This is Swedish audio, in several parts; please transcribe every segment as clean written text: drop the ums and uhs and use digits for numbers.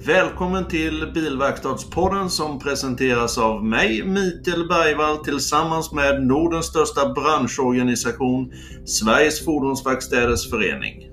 Välkommen till Bilverkstadspodden som presenteras av mig, Mikael Bergvall, tillsammans med Nordens största branschorganisation, Sveriges Fordonsverkstäders Förening.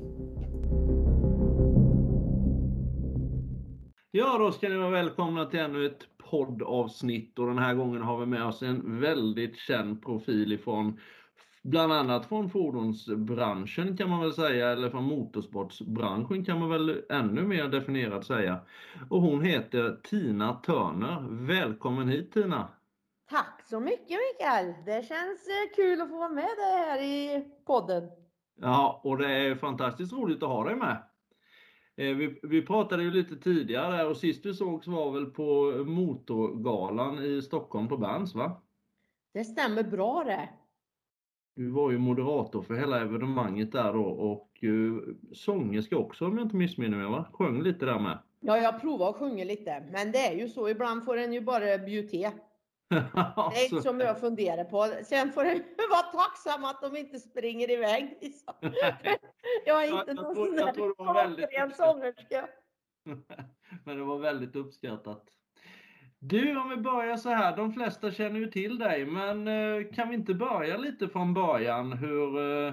Ja, då ska ni vara välkomna till ännu ett poddavsnitt, och den här gången har vi med oss en väldigt känd profil ifrån bland annat från fordonsbranschen kan man väl säga, eller från motorsportsbranschen kan man väl ännu mer definierat säga. Och hon heter Tina Turner. Välkommen hit, Tina. Tack så mycket, Mikael. Det känns kul att få vara med dig här i podden. Ja, och det är fantastiskt roligt att ha dig med. Vi pratade ju lite tidigare och sist vi sågs var väl på Motorgalan i Stockholm på Berns, va? Det stämmer bra det. Du var ju moderator för hela evenemanget där då, och sångerska också om jag inte missminner mig, va? Sjöng lite där med. Ja, jag provar att sjunga lite. Men det är ju så, ibland får en ju bara bjuda. Det är inte som jag funderar på. Sen får en vara tacksam att de inte springer iväg. Liksom. Jag är inte någon sån där sångerska. Men det var väldigt uppskattat. Du, om vi börjar så här, de flesta känner ju till dig, men kan vi inte börja lite från början hur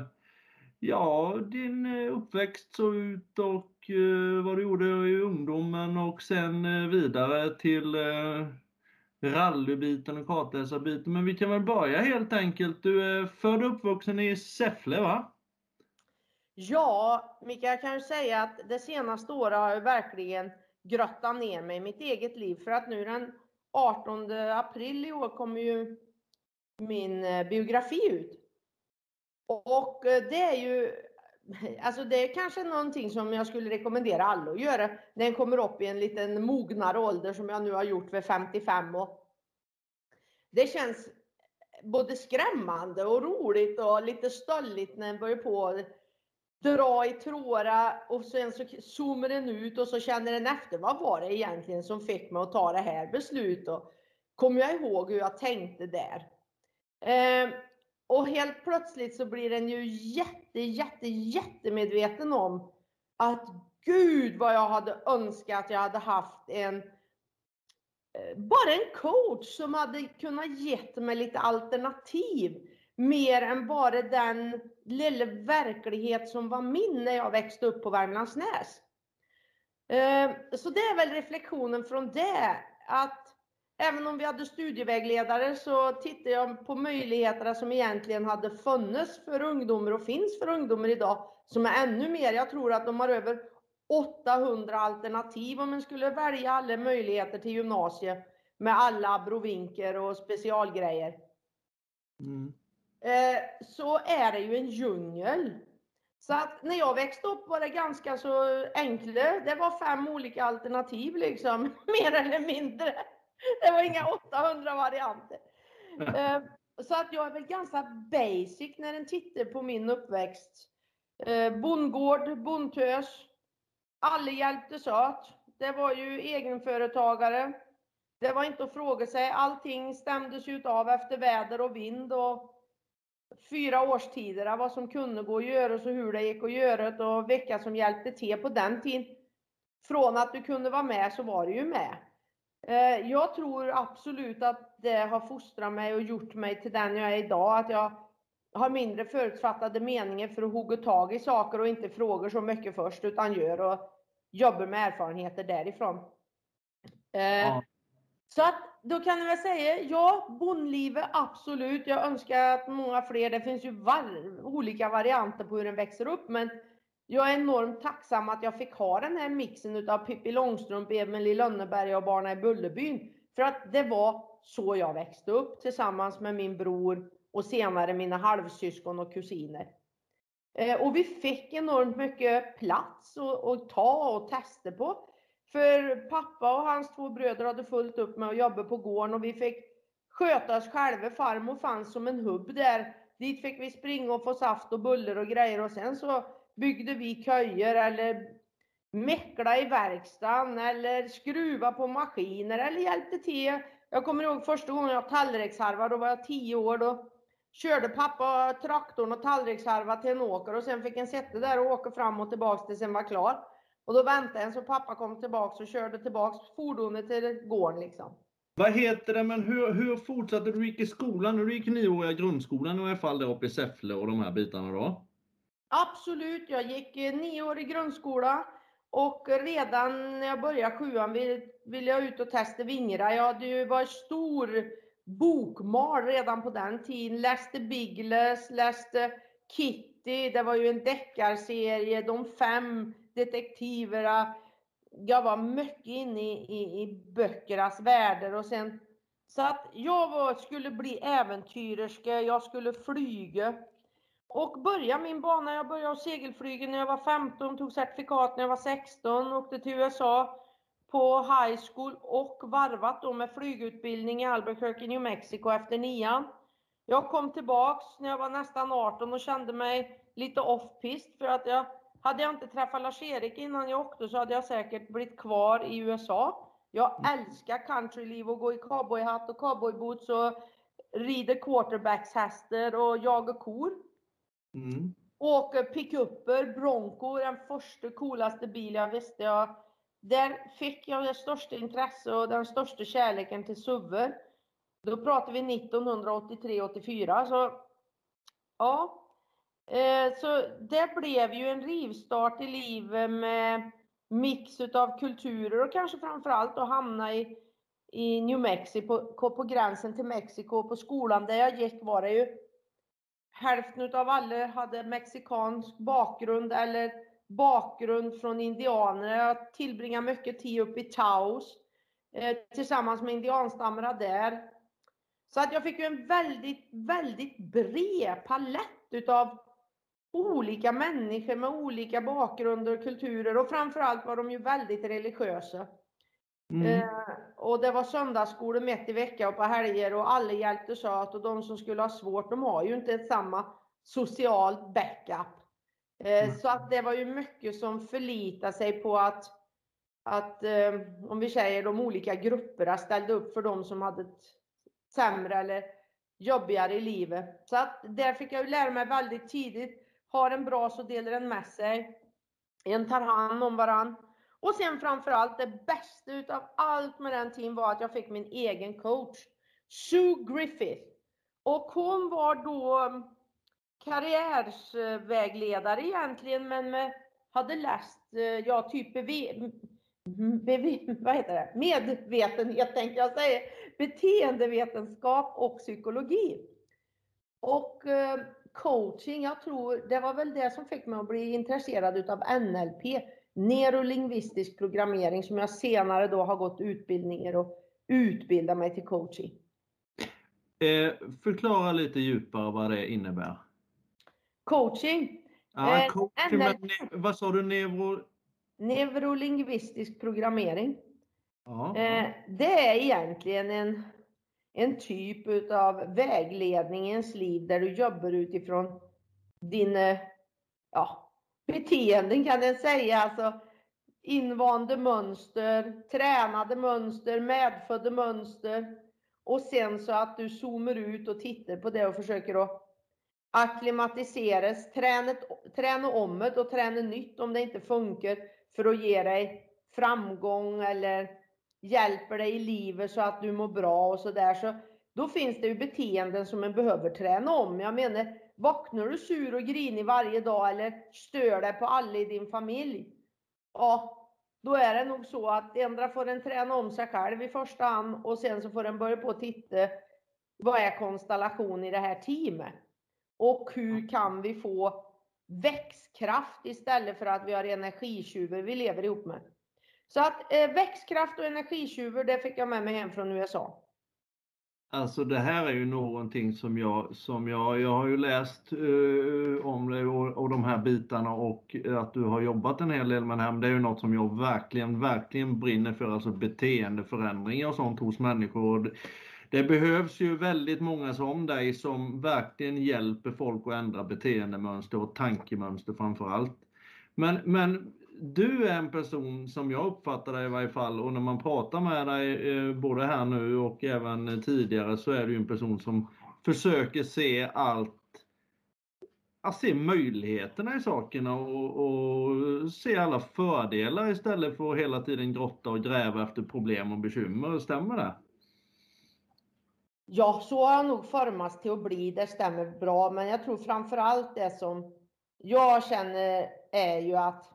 din uppväxt såg ut och vad du gjorde i ungdomen och sen vidare till rallybiten och kartläsarbiten. Men vi kan väl börja helt enkelt. Du är född och uppvuxen i Säffle, va? Ja, Mikael, jag kan ju säga att det senaste året har jag verkligen grottat ner mig i mitt eget liv. För att nu den 18 april i år kommer ju min biografi ut. Och det är ju, alltså det är kanske någonting som jag skulle rekommendera alla att göra. När den kommer upp i en liten mognare ålder som jag nu har gjort vid 55. Och det känns både skrämmande och roligt och lite stolligt när den börjar på dra i trådar och sen så zoomar den ut och så känner den efter, vad var det egentligen som fick mig att ta det här beslutet, och kommer jag ihåg hur jag tänkte där. Och helt plötsligt så blir den ju jättemedveten om att gud vad jag hade önskat att jag hade haft bara en coach som hade kunnat gett mig lite alternativ. Mer än bara den lilla verklighet som var min när jag växte upp på Värmlandsnäs. Så det är väl reflektionen från det. Att även om vi hade studievägledare så tittade jag på möjligheterna som egentligen hade funnits för ungdomar och finns för ungdomar idag. Som är ännu mer. Jag tror att de har över 800 alternativ om man skulle välja alla möjligheter till gymnasiet. Med alla abrovinker och specialgrejer. Så är det ju en djungel. Så att när jag växte upp var det ganska så enkelt. Det var 5 olika alternativ liksom. Mer eller mindre. Det var inga 800 varianter. Så att jag är väl ganska basic när den tittar på min uppväxt. Bondgård, bondtös. Alla hjälptes åt. Det var ju egenföretagare. Det var inte att fråga sig. Allting stämdes ut av efter väder och vind och 4 årstider, vad som kunde gå att göra och så hur det gick att göra det, och vilka som hjälpte till på den tiden. Från att du kunde vara med så var du ju med. Jag tror absolut att det har fostrat mig och gjort mig till den jag är idag. Att jag har mindre förutfattade meningar för att hugga tag i saker och inte frågar så mycket först utan gör och jobbar med erfarenheter därifrån. Så att då kan jag väl säga, ja, bondlivet absolut. Jag önskar att många fler, det finns ju olika varianter på hur den växer upp. Men jag är enormt tacksam att jag fick ha den här mixen utav Pippi Långstrump, Emil i Lönneberga och Barnen i Bullerbyn. För att det var så jag växte upp tillsammans med min bror och senare mina halvsyskon och kusiner. Och vi fick enormt mycket plats att ta och testa på. För pappa och hans 2 bröder hade fullt upp med att jobba på gården och vi fick sköta oss själva. Farmor fanns som en hubb där. Dit fick vi springa och få saft och bullar och grejer, och sen så byggde vi köjer eller mäckla i verkstaden eller skruva på maskiner eller hjälpte till. Jag kommer ihåg första gången jag tallriksharvade, då var jag 10 år. Då körde pappa traktorn och tallriksharvade till en åker och sen fick en sätta där och åka fram och tillbaka tills den var klar. Och då väntade en så pappa kom tillbaka och körde tillbaka fordonet till gården liksom. Vad heter det, men hur fortsatte du gick i skolan? Du gick 9-åriga grundskolan i alla fall där uppe i Säffle och de här bitarna då? Absolut, jag gick 9 år i grundskola och redan när jag började 7:an ville jag ut och testa vingarna. Jag hade ju varit stor bokmal redan på den tiden. Läste Biggles, läste Kitty, det var ju en deckarserie, de 5 detektiverna. Jag var mycket inne i böckernas världar och sen så att jag skulle bli äventyrerska, jag skulle flyga. Och började min bana, jag började segelflyga när jag var 15, tog certifikat när jag var 16, åkte till USA på high school och varvat då med flygutbildning i Albuquerque, New Mexico efter 9:an. Jag kom tillbaks när jag var nästan 18 och kände mig lite off-pist för att hade jag inte träffat Lars-Erik innan jag åkte så hade jag säkert blivit kvar i USA. Jag älskar countryliv och gå i cowboyhatt och cowboyboots och rider quarterbackshästar och jagar kor. Åker pick-upper, Bronco, den första coolaste bil jag visste. Där fick jag det största intresse och den största kärleken till SUVer. Då pratar vi 1983-84. Så ja, så det blev ju en rivstart i livet med mix av kulturer och kanske framförallt att hamna i New Mexico på gränsen till Mexiko. På skolan där jag gick var det ju hälften av alla hade mexikansk bakgrund eller bakgrund från indianer. Jag tillbringade mycket tid uppe i Taos tillsammans med indianstammarna där. Så att jag fick ju en väldigt, väldigt bred palett utav olika människor med olika bakgrunder och kulturer. Och framförallt var de ju väldigt religiösa. Och det var söndagsskolor mitt i veckan och på helger och alla hjälptes åt och de som skulle ha svårt, de har ju inte samma social backup. Så att det var ju mycket som förlitade sig på att om vi säger de olika grupperna ställde upp för de som hade ett sämre eller jobbigare i livet. Så att där fick jag ju lära mig väldigt tidigt, har en bra så delar den med sig. En tar hand om varann. Och sen framförallt det bästa utav allt med den tiden var att jag fick min egen coach. Sue Griffith. Och hon var då karriärsvägledare egentligen, men hade läst medvetenhet tänkte jag säga. Beteendevetenskap och psykologi. Och coaching, jag tror det var väl det som fick mig att bli intresserad utav NLP. Neurolingvistisk programmering som jag senare då har gått utbildningar och utbildat mig till coaching. Förklara lite djupare vad det innebär. Coaching. Ja, coaching vad sa du? Neurolingvistisk programmering. Ja. Det är egentligen en typ av vägledning i ens liv där du jobbar utifrån dina beteenden kan jag säga. Alltså invande mönster, tränade mönster, medfödda mönster. Och sen så att du zoomar ut och tittar på det och försöker att akklimatiseras, träna om det och träna nytt om det inte funkar för att ge dig framgång eller hjälper dig i livet så att du mår bra och sådär. Så då finns det ju beteenden som man behöver träna om. Jag menar, vaknar du sur och grinig varje dag eller stör dig på alla i din familj? Ja, då är det nog så att ändra får en träna om sig själv i första hand och sen så får den börja på att titta vad är konstellation i det här teamet? Och hur kan vi få växtkraft istället för att vi har energitjuvar vi lever ihop med? Så att växtkraft och energitjuvar, det fick jag med mig hem från USA. Alltså det här är ju någonting som jag har ju läst om det och de här bitarna och att du har jobbat en hel del med det här. Men det är ju något som jag verkligen brinner för, alltså beteendeförändringar och sånt hos människor. Det behövs ju väldigt många som dig som verkligen hjälper folk att ändra beteendemönster och tankemönster framförallt. Men du är en person som jag uppfattar dig i varje fall, och när man pratar med dig både här nu och även tidigare, så är du en person som försöker se allt att se möjligheterna i sakerna och se alla fördelar istället för att hela tiden grotta och gräva efter problem och bekymmer. Stämmer det? Ja, så har jag nog formats till att bli. Det stämmer bra. Men jag tror framförallt det som jag känner är ju att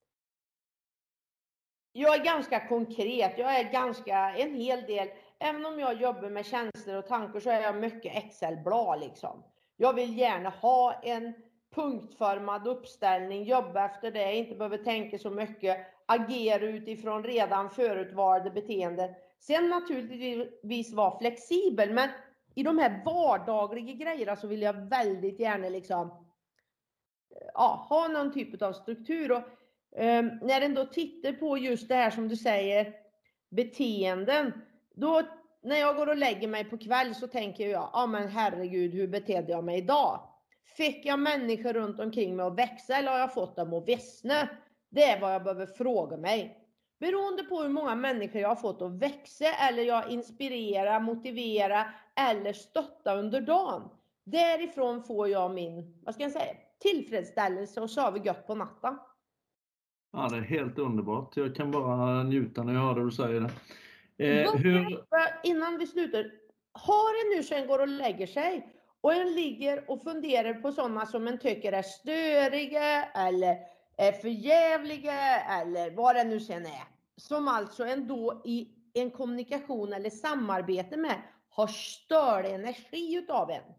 jag är ganska konkret. Jag är ganska en hel del. Även om jag jobbar med känslor och tankar så är jag mycket Excel-blad liksom. Jag vill gärna ha en punktformad uppställning, jobba efter det, inte behöver tänka så mycket, agera utifrån redan förutvalda beteende. Sen naturligtvis vara flexibel, men i de här vardagliga grejerna så vill jag väldigt gärna liksom, ja, ha någon typ av struktur. Och när en då tittar på just det här som du säger, beteenden, då när jag går och lägger mig på kväll så tänker jag, ja men herregud, hur betedde jag mig idag? Fick jag människor runt omkring mig att växa eller har jag fått dem att vissna? Det är vad jag behöver fråga mig. Beroende på hur många människor jag har fått att växa eller jag inspirerar, motiverar eller stöttar under dagen. Därifrån får jag min, vad ska jag säga, tillfredsställelse och sover gött på natten. Ja, det är helt underbart. Jag kan bara njuta när jag hör det du säger det. Innan vi slutar, har en nu så en går och lägger sig och en ligger och funderar på sådana som en tycker är störiga eller är förjävliga eller vad det nu sen är, som alltså ändå i en kommunikation eller samarbete med har störd energi utav en.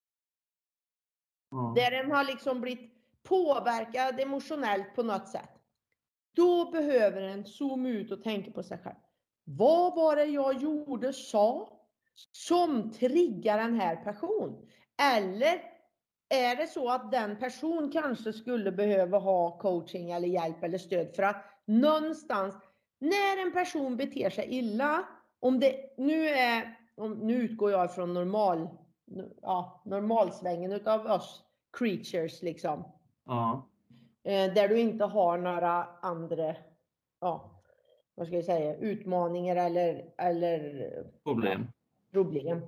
Ja. Där en har liksom blivit påverkad emotionellt på något sätt. Då behöver en zooma ut och tänka på sig själv. Vad var det jag gjorde, sa, som triggar den här personen? Eller är det så att den person kanske skulle behöva ha coaching eller hjälp eller stöd för att någonstans, när en person beter sig illa, om det nu är, nu utgår jag från normalsvängen utav oss creatures liksom. Ja. Där du inte har några andra, vad ska jag säga, utmaningar eller problem.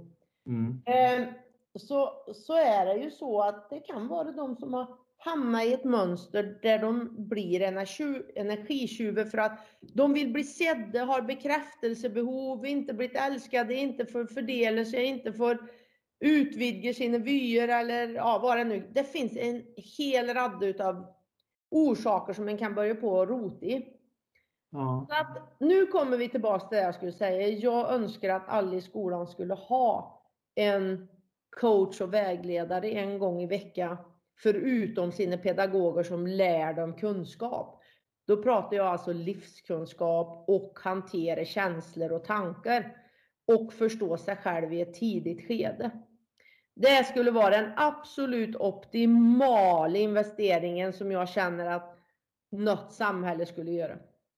Så är det ju så att det kan vara de som har hamnat i ett mönster där de blir energitjuvar för att de vill bli sedda, har bekräftelsebehov, inte blivit älskade, inte får fördela sig, inte får utvidga sina vyer eller vad det nu. Det finns en hel rad utav orsaker som man kan börja på att rota i. Ja. Så att nu kommer vi tillbaka till det jag skulle säga. Jag önskar att alla i skolan skulle ha en coach och vägledare en gång i veckan, förutom sina pedagoger som lär dem kunskap. Då pratar jag alltså livskunskap och hantera känslor och tankar och förstå sig själv i ett tidigt skede. Det skulle vara den absolut optimala investeringen som jag känner att något samhälle skulle göra.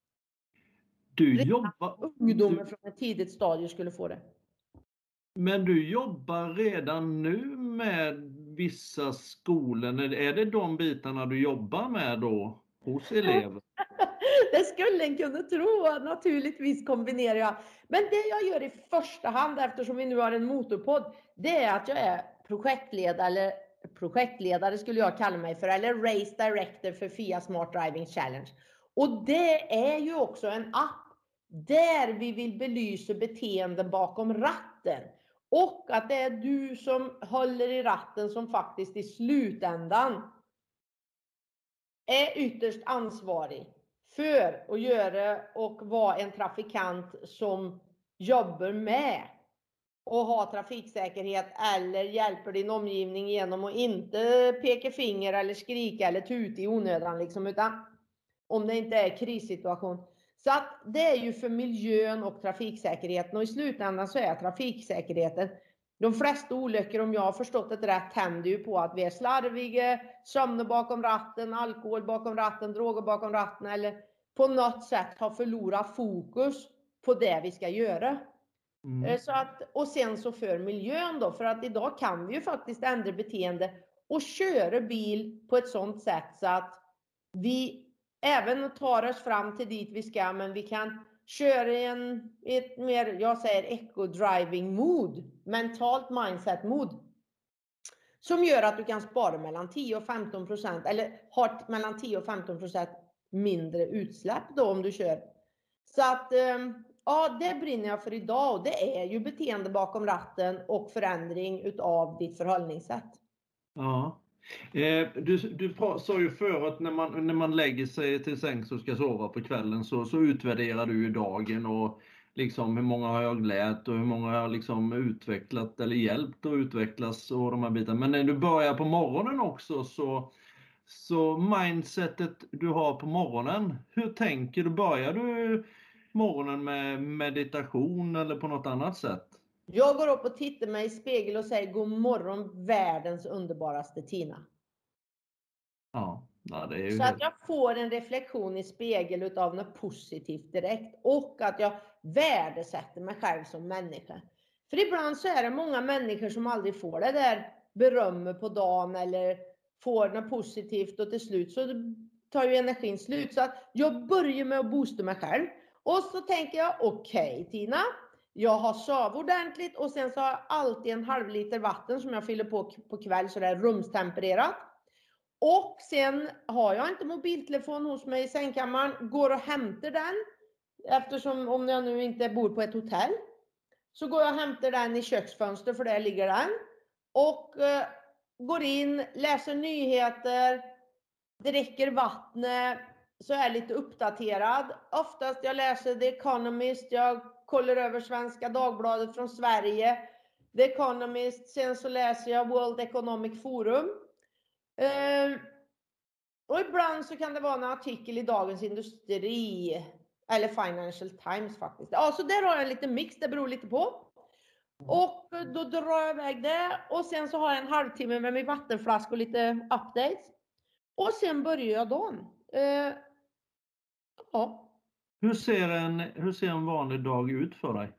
Ungdomar från ett tidigt stadie skulle få det. Men du jobbar redan nu med vissa skolor. Är det de bitarna du jobbar med då hos elever? Det skulle en kunna tro. Naturligtvis kombinerar jag. Men det jag gör i första hand, eftersom vi nu har en motorpodd, det är att jag är projektledare skulle jag kalla mig för, eller race director för FIA Smart Driving Challenge. Och det är ju också en app där vi vill belysa beteenden bakom ratten. Och att det är du som håller i ratten som faktiskt i slutändan är ytterst ansvarig för att göra och vara en trafikant som jobbar med och ha trafiksäkerhet eller hjälper din omgivning genom att inte peka finger eller skrika eller tuta i onödan liksom, utan om det inte är krissituation. Så att det är ju för miljön och trafiksäkerheten, och i slutändan så är trafiksäkerheten, de flesta olyckor, om jag har förstått det rätt, händer ju på att vi är slarviga, somnar bakom ratten, alkohol bakom ratten, droger bakom ratten eller på något sätt har förlorat fokus på det vi ska göra. Så att, och sen så för miljön då, för att idag kan vi ju faktiskt ändra beteende och köra bil på ett sånt sätt så att vi även tar oss fram till dit vi ska, men vi kan köra i ett mer, jag säger eco-driving mod, mentalt mindset mod. som gör att du kan spara mellan 10 och 15% eller har mellan 10 och 15% mindre utsläpp då om du kör. Så att ja, det brinner jag för idag, och det är ju beteende bakom ratten och förändring utav ditt förhållningssätt. Ja. Du sa ju förut när man lägger sig till sängs och ska sova på kvällen så utvärderar du ju dagen och liksom hur många har jag glädjt och hur många har jag liksom utvecklat eller hjälpt att utvecklas och de här bitarna. Men när du börjar på morgonen också så mindsetet du har på morgonen, hur tänker du? Börjar du morgonen med meditation eller på något annat sätt? Jag går upp och tittar mig i spegel och säger god morgon världens underbaraste Tina. Ja, det är ju så att jag får en reflektion i spegel utav något positivt direkt, och att jag värdesätter mig själv som människa. För ibland så är det många människor som aldrig får det där berömmet på dagen eller får något positivt, och till slut så tar ju energin slut. Så att jag börjar med att boosta mig själv, och så tänker jag okej, Tina, jag har sov ordentligt, och sen så har jag alltid en halv liter vatten som jag fyller på kväll så det är rumstempererat. Och sen har jag inte mobiltelefon hos mig i sängkammaren, går och hämtar den, eftersom om jag nu inte bor på ett hotell så går jag och hämtar den i köksfönster, för där ligger den, och går in, läser nyheter, dricker vattnet, så är jag lite uppdaterad. Oftast jag läser The Economist, jag kollar över Svenska Dagbladet från Sverige, The Economist, sen så läser jag World Economic Forum. Och ibland så kan det vara en artikel i Dagens Industri eller Financial Times faktiskt. Ja, så där har jag lite mix, det beror lite på. Och då drar jag iväg det, och sen så har jag en halvtimme med min vattenflaska och lite updates. Och sen börjar jag dagen. Ja. Hur ser en vanlig dag ut för dig?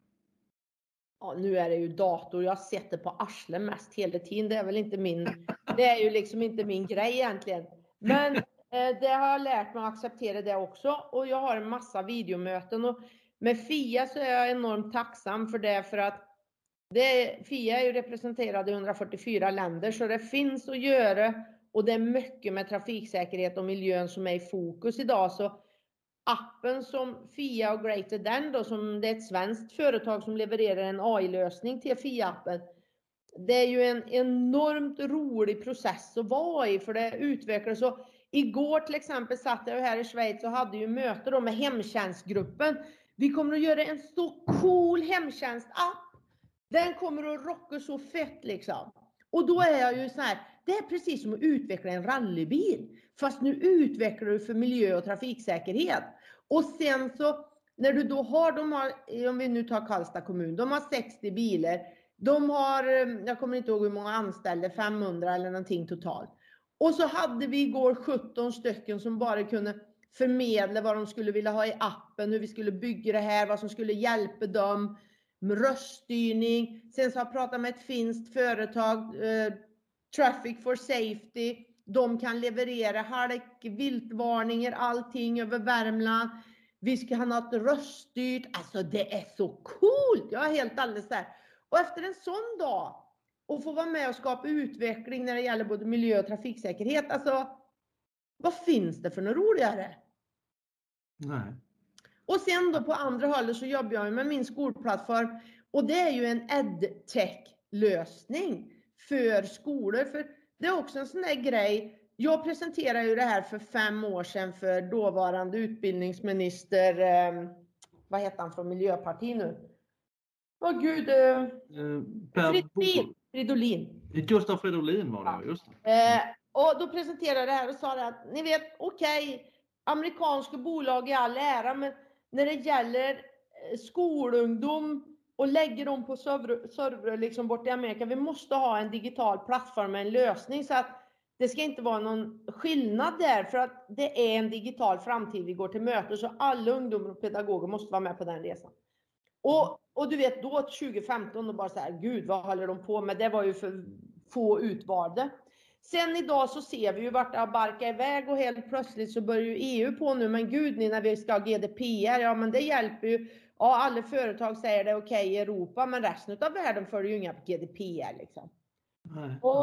Ja, nu är det ju dator. Jag sitter på arslet mest hela tiden. Det är väl inte det är ju liksom inte min grej egentligen. Men det har jag lärt mig att acceptera det också. Och jag har en massa videomöten. Och med FIA så är jag enormt tacksam för det. För att FIA är ju representerad i 144 länder. Så det finns att göra. Och det är mycket med trafiksäkerhet och miljön som är i fokus idag. Så appen som FIA och Greater Than då, som det är ett svenskt företag som levererar en AI-lösning till FIA-appen. Det är ju en enormt rolig process att vara i, för det utvecklas. Så igår till exempel satt jag här i Schweiz och hade ju möte då med hemtjänstgruppen. Vi kommer att göra en så cool hemtjänstapp. Den kommer att rocka så fett liksom. Och då är jag ju så här, det är precis som att utveckla en rallybil. Fast nu utvecklar du för miljö och trafiksäkerhet. Och sen så, när du då har, om vi nu tar Karlstad kommun, de har 60 bilar. De har, jag kommer inte ihåg hur många anställda, 500 eller någonting totalt. Och så hade vi igår 17 stycken som bara kunde förmedla vad de skulle vilja ha i appen, hur vi skulle bygga det här, vad som skulle hjälpa dem. Röststyrning. Sen så har jag pratat med ett finskt företag, Traffic for Safety. De kan leverera halk, viltvarningar, allting över Värmland. Vi ska ha något röststyrt. Alltså det är så coolt. Jag är helt alldeles där. Och efter en sån dag och få vara med och skapa utveckling när det gäller både miljö och trafiksäkerhet. Alltså vad finns det för något roligare? Nej. Och sen då på andra hållet så jobbar jag med min skolplattform. Och det är ju en edtech-lösning för skolor. För det är också en sån där grej. Jag presenterade ju det här för 5 år sedan för dåvarande utbildningsminister. Vad heter han från Miljöpartiet nu? Åh gud. Fridolin. Gustav Fridolin var det, just det. Och då presenterade jag det här och sa att ni vet, okej, amerikanska bolag i all ära, men när det gäller skolungdom och lägger dem på server liksom bort i Amerika, vi måste ha en digital plattform med en lösning så att det ska inte vara någon skillnad där, för att det är en digital framtid vi går till möte, så alla ungdomar och pedagoger måste vara med på den resan. Och du vet då 2015 och bara så här, gud vad håller de på med, det var ju för få utvalda. Sen idag så ser vi ju vart det har barkat iväg, och helt plötsligt så börjar ju EU på nu, men gud när vi ska ha GDPR, ja men det hjälper ju. Ja, alla företag säger det okej i Europa, men resten av världen följer ju inga GDPR liksom.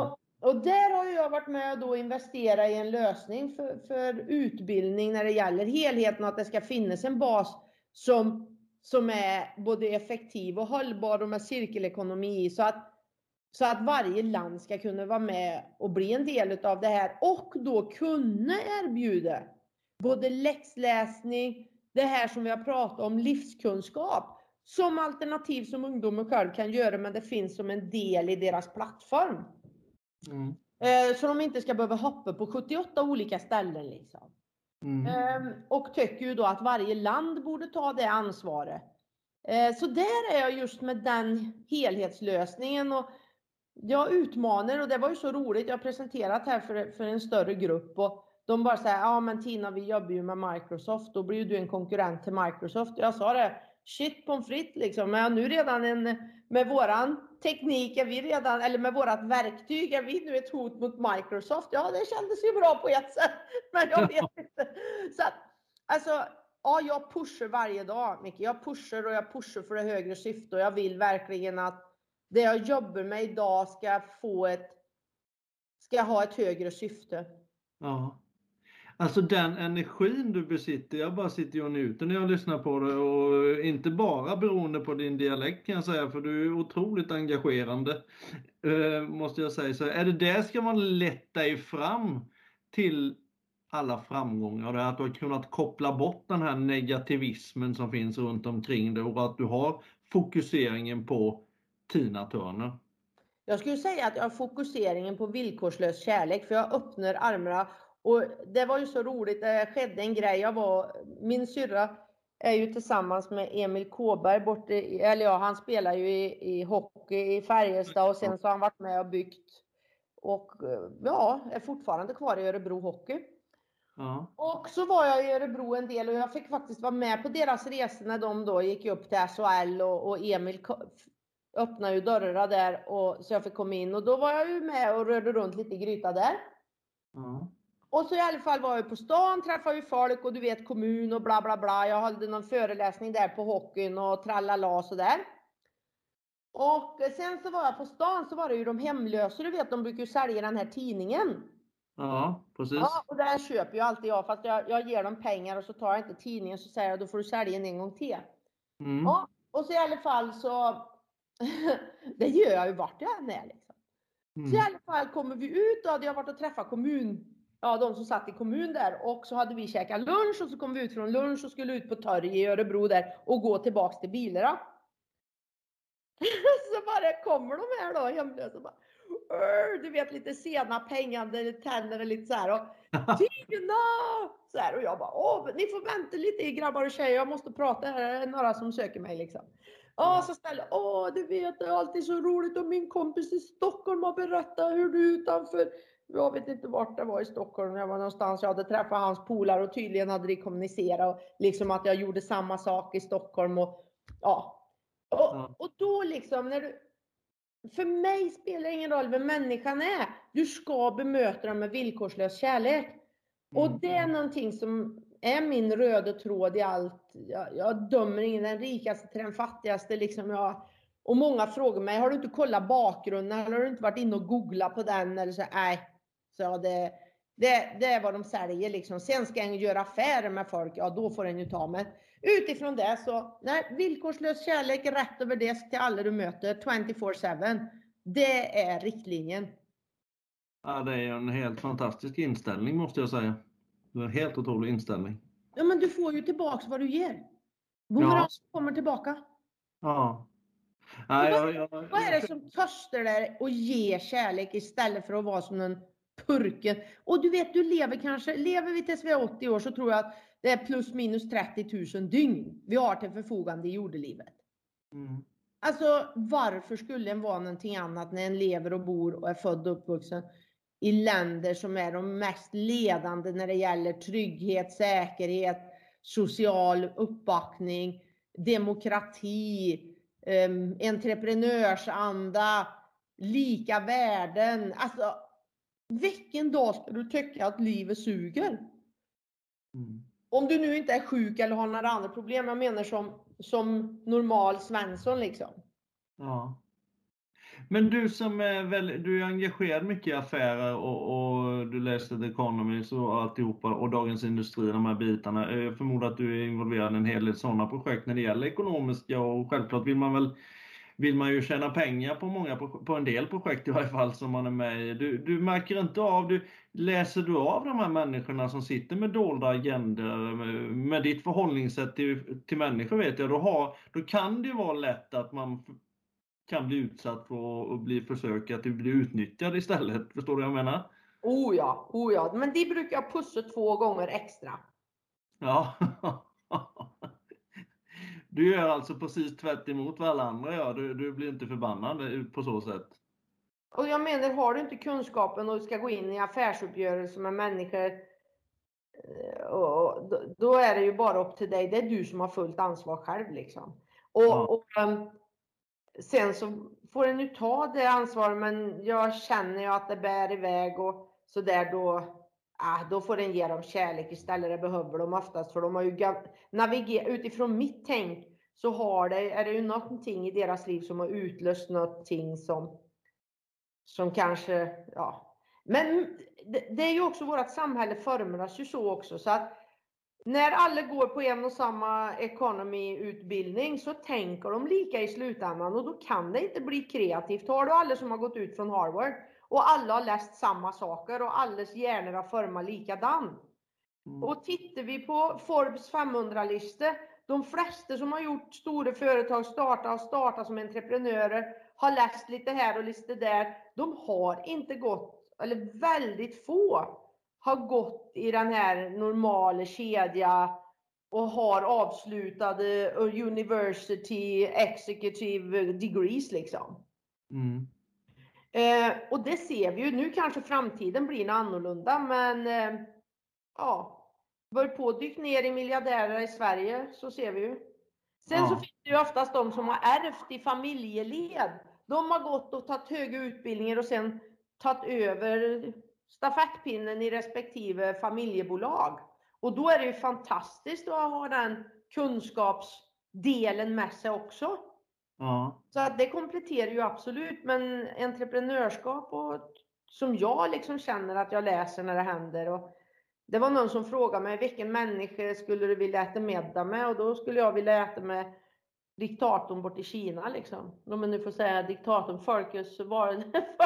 Och där har jag varit med och då investera i en lösning för utbildning när det gäller helheten, att det ska finnas en bas som är både effektiv och hållbar och med cirkelekonomi, så att varje land ska kunna vara med och bli en del av det här och då kunna erbjuda både läxläsning, det här som vi har pratat om, livskunskap, som alternativ som ungdomen själv kan göra, men det finns som en del i deras plattform. Mm. Så de inte ska behöva hoppa på 78 olika ställen liksom. Och tycker ju då att varje land borde ta det ansvaret. Så där är jag just med den helhetslösningen, och jag utmanar, och det var ju så roligt, jag har presenterat här för en större grupp och de bara säger, ja men Tina, vi jobbar ju med Microsoft, då blir ju du en konkurrent till Microsoft. Jag sa det, shit pommes frites liksom, men nu redan med våran teknik är vi redan, eller med vårat verktyg är vi nu ett hot mot Microsoft. Ja, det kändes ju bra på ett sätt, men jag vet inte. Så att, alltså, ja, jag pushar varje dag, Micke. Jag pushar för det högre syfte, och jag vill verkligen att det jag jobbar med idag ska ha ett högre syfte. Ja. Alltså den energin du besitter, jag bara sitter och njuter när jag lyssnar på det, och inte bara beroende på din dialekt kan jag säga, för du är otroligt engagerande, måste jag säga. Så är det ska man lett dig fram till alla framgångar, att du har kunnat koppla bort den här negativismen som finns runt omkring dig, och att du har fokuseringen på Tina Turner. Jag skulle säga att jag har fokuseringen på villkorslös kärlek, för jag öppnar armarna. Och det var ju så roligt, det skedde en grej. Min syrra är ju tillsammans med Emil Kåberg han spelar ju i hockey i Färjestad, och sen så har han varit med och byggt och är fortfarande kvar i Örebro Hockey. Ja. Och så var jag i Örebro en del, och jag fick faktiskt vara med på deras resor när de då gick upp till SHL, och Emil öppnade ju dörrarna där, och så jag fick komma in, och då var jag ju med och rörde runt lite i gryta där. Ja. Och så i alla fall var jag på stan, träffade ju folk, och du vet kommun och bla bla bla. Jag hade någon föreläsning där på hockeyn och trallala så där. Och sen så var jag på stan, så var det ju de hemlösa, du vet, de brukar ju sälja den här tidningen. Ja, precis. Ja, och där köper ju alltid jag, fast jag ger dem pengar och så tar jag inte tidningen, så säger jag, då får du sälja en gång till. Mm. Ja, och så i alla fall så det gör jag ju vart jag än är liksom. Så i alla fall kommer vi ut, och hade jag varit och träffat de som satt i kommun där, och så hade vi käkat lunch, och så kom vi ut från lunch och skulle ut på torg i Örebro där och gå tillbaks till bilarna. Så bara kommer de här då hemlösa, bara, du vet, lite senap hängande tänder och lite så här, och Tina så här, och jag bara, ni får vänta lite grabbar och tjejer, jag måste prata, här är några som söker mig liksom. Så ställer, du vet, det är alltid så roligt, och min kompis i Stockholm har berättat hur du utanför, jag vet inte vart det var i Stockholm, jag var någonstans, jag hade träffat hans polar, och tydligen hade de kommunicerat, och liksom att jag gjorde samma sak i Stockholm, och och då liksom, för mig spelar det ingen roll vem människan är, du ska bemöta dem med villkorslös kärlek. Och det är någonting som är min röda tråd i allt. Jag dömer ingen, den rikaste till den fattigaste liksom. Och många frågar mig, har du inte kollat bakgrunden, eller har du inte varit inne och googlat på den, eller så? Nej, så det är vad de säljer liksom. Sen ska en göra affärer med folk, då får en ju ta med. Utifrån det så, villkorslös kärlek, rätt över det till alla du möter 24/7. Det är riktlinjen. Ja, det är en helt fantastisk inställning, måste jag säga. Det är en helt otrolig inställning. Ja, men du får ju tillbaka vad du ger. Bumerang kommer tillbaka. Ja. Vad är det som törstar dig och ger kärlek istället för att vara som en purken? Och du vet, lever vi tills vi är 80 år, så tror jag att det är plus minus 30 000 dygn vi har till förfogande i jordelivet. Alltså, varför skulle en vara någonting annat när en lever och bor och är född och uppvuxen i länder som är de mest ledande när det gäller trygghet, säkerhet, social uppbackning, demokrati, entreprenörsanda, lika värden. Alltså, vilken dag ska du tycka att livet suger? Om du nu inte är sjuk eller har några andra problem, jag menar som normal Svensson liksom. Ja. Men du som är du är engagerad mycket i affärer och du läste The Economist och alltihopa och Dagens Industri, de här bitarna. Jag förmodar att du är involverad i en hel del sådana projekt när det gäller ekonomiska, och självklart vill man ju tjäna pengar på en del projekt i varje fall som man är med i. Du märker inte av, läser du av de här människorna som sitter med dolda agendor, med ditt förhållningssätt till människor, vet jag, då kan det ju vara lätt att man kan bli utsatt för att försöka att bli utnyttjad istället. Förstår du vad jag menar? Oh ja. Men de brukar jag pussa 2 gånger extra. Ja. Du gör alltså precis tvärt emot vad alla andra gör. Du blir inte förbannad på så sätt. Och jag menar, har du inte kunskapen och ska gå in i affärsuppgörelser med människor, och då är det ju bara upp till dig. Det är du som har fullt ansvar själv liksom. Sen så får en ju ta det ansvaret, men jag känner ju att det bär iväg och så där, då får en ge dem kärlek istället. Det behöver de oftast, för de har ju navigerat utifrån mitt tänk, så är det ju någonting i deras liv som har utlöst någonting som kanske, ja. Men det är ju också, vårt samhälle formas ju så också, så att när alla går på en och samma economy-utbildning så tänker de lika i slutändan, och då kan det inte bli kreativt. Har du alla som har gått ut från Harvard och alla har läst samma saker och allas hjärnor har format likadan. Och tittar vi på Forbes 500-lista, de flesta som har gjort stora företag, starta som entreprenörer, har läst lite här och lite där. De har inte gått, eller väldigt få har gått i den här normala kedja och har avslutade university executive degrees liksom. Och det ser vi ju nu. Kanske framtiden blir annorlunda, men bör på dyk ner i miljardärer i Sverige, så ser vi ju. Sen så finns det ju oftast de som har ärvt i familjeled. De har gått och tagit höga utbildningar och sen tagit över stafettpinnen i respektive familjebolag. Och då är det ju fantastiskt att ha den kunskapsdelen med sig också. Så att det kompletterar ju absolut, men entreprenörskap, och som jag liksom känner att jag läser när det händer. Och det var någon som frågade mig, vilken människa skulle du vilja äta middag med? Och då skulle jag vilja äta med diktatorn bort i Kina liksom. Om man nu får säga diktatorn, Folkets var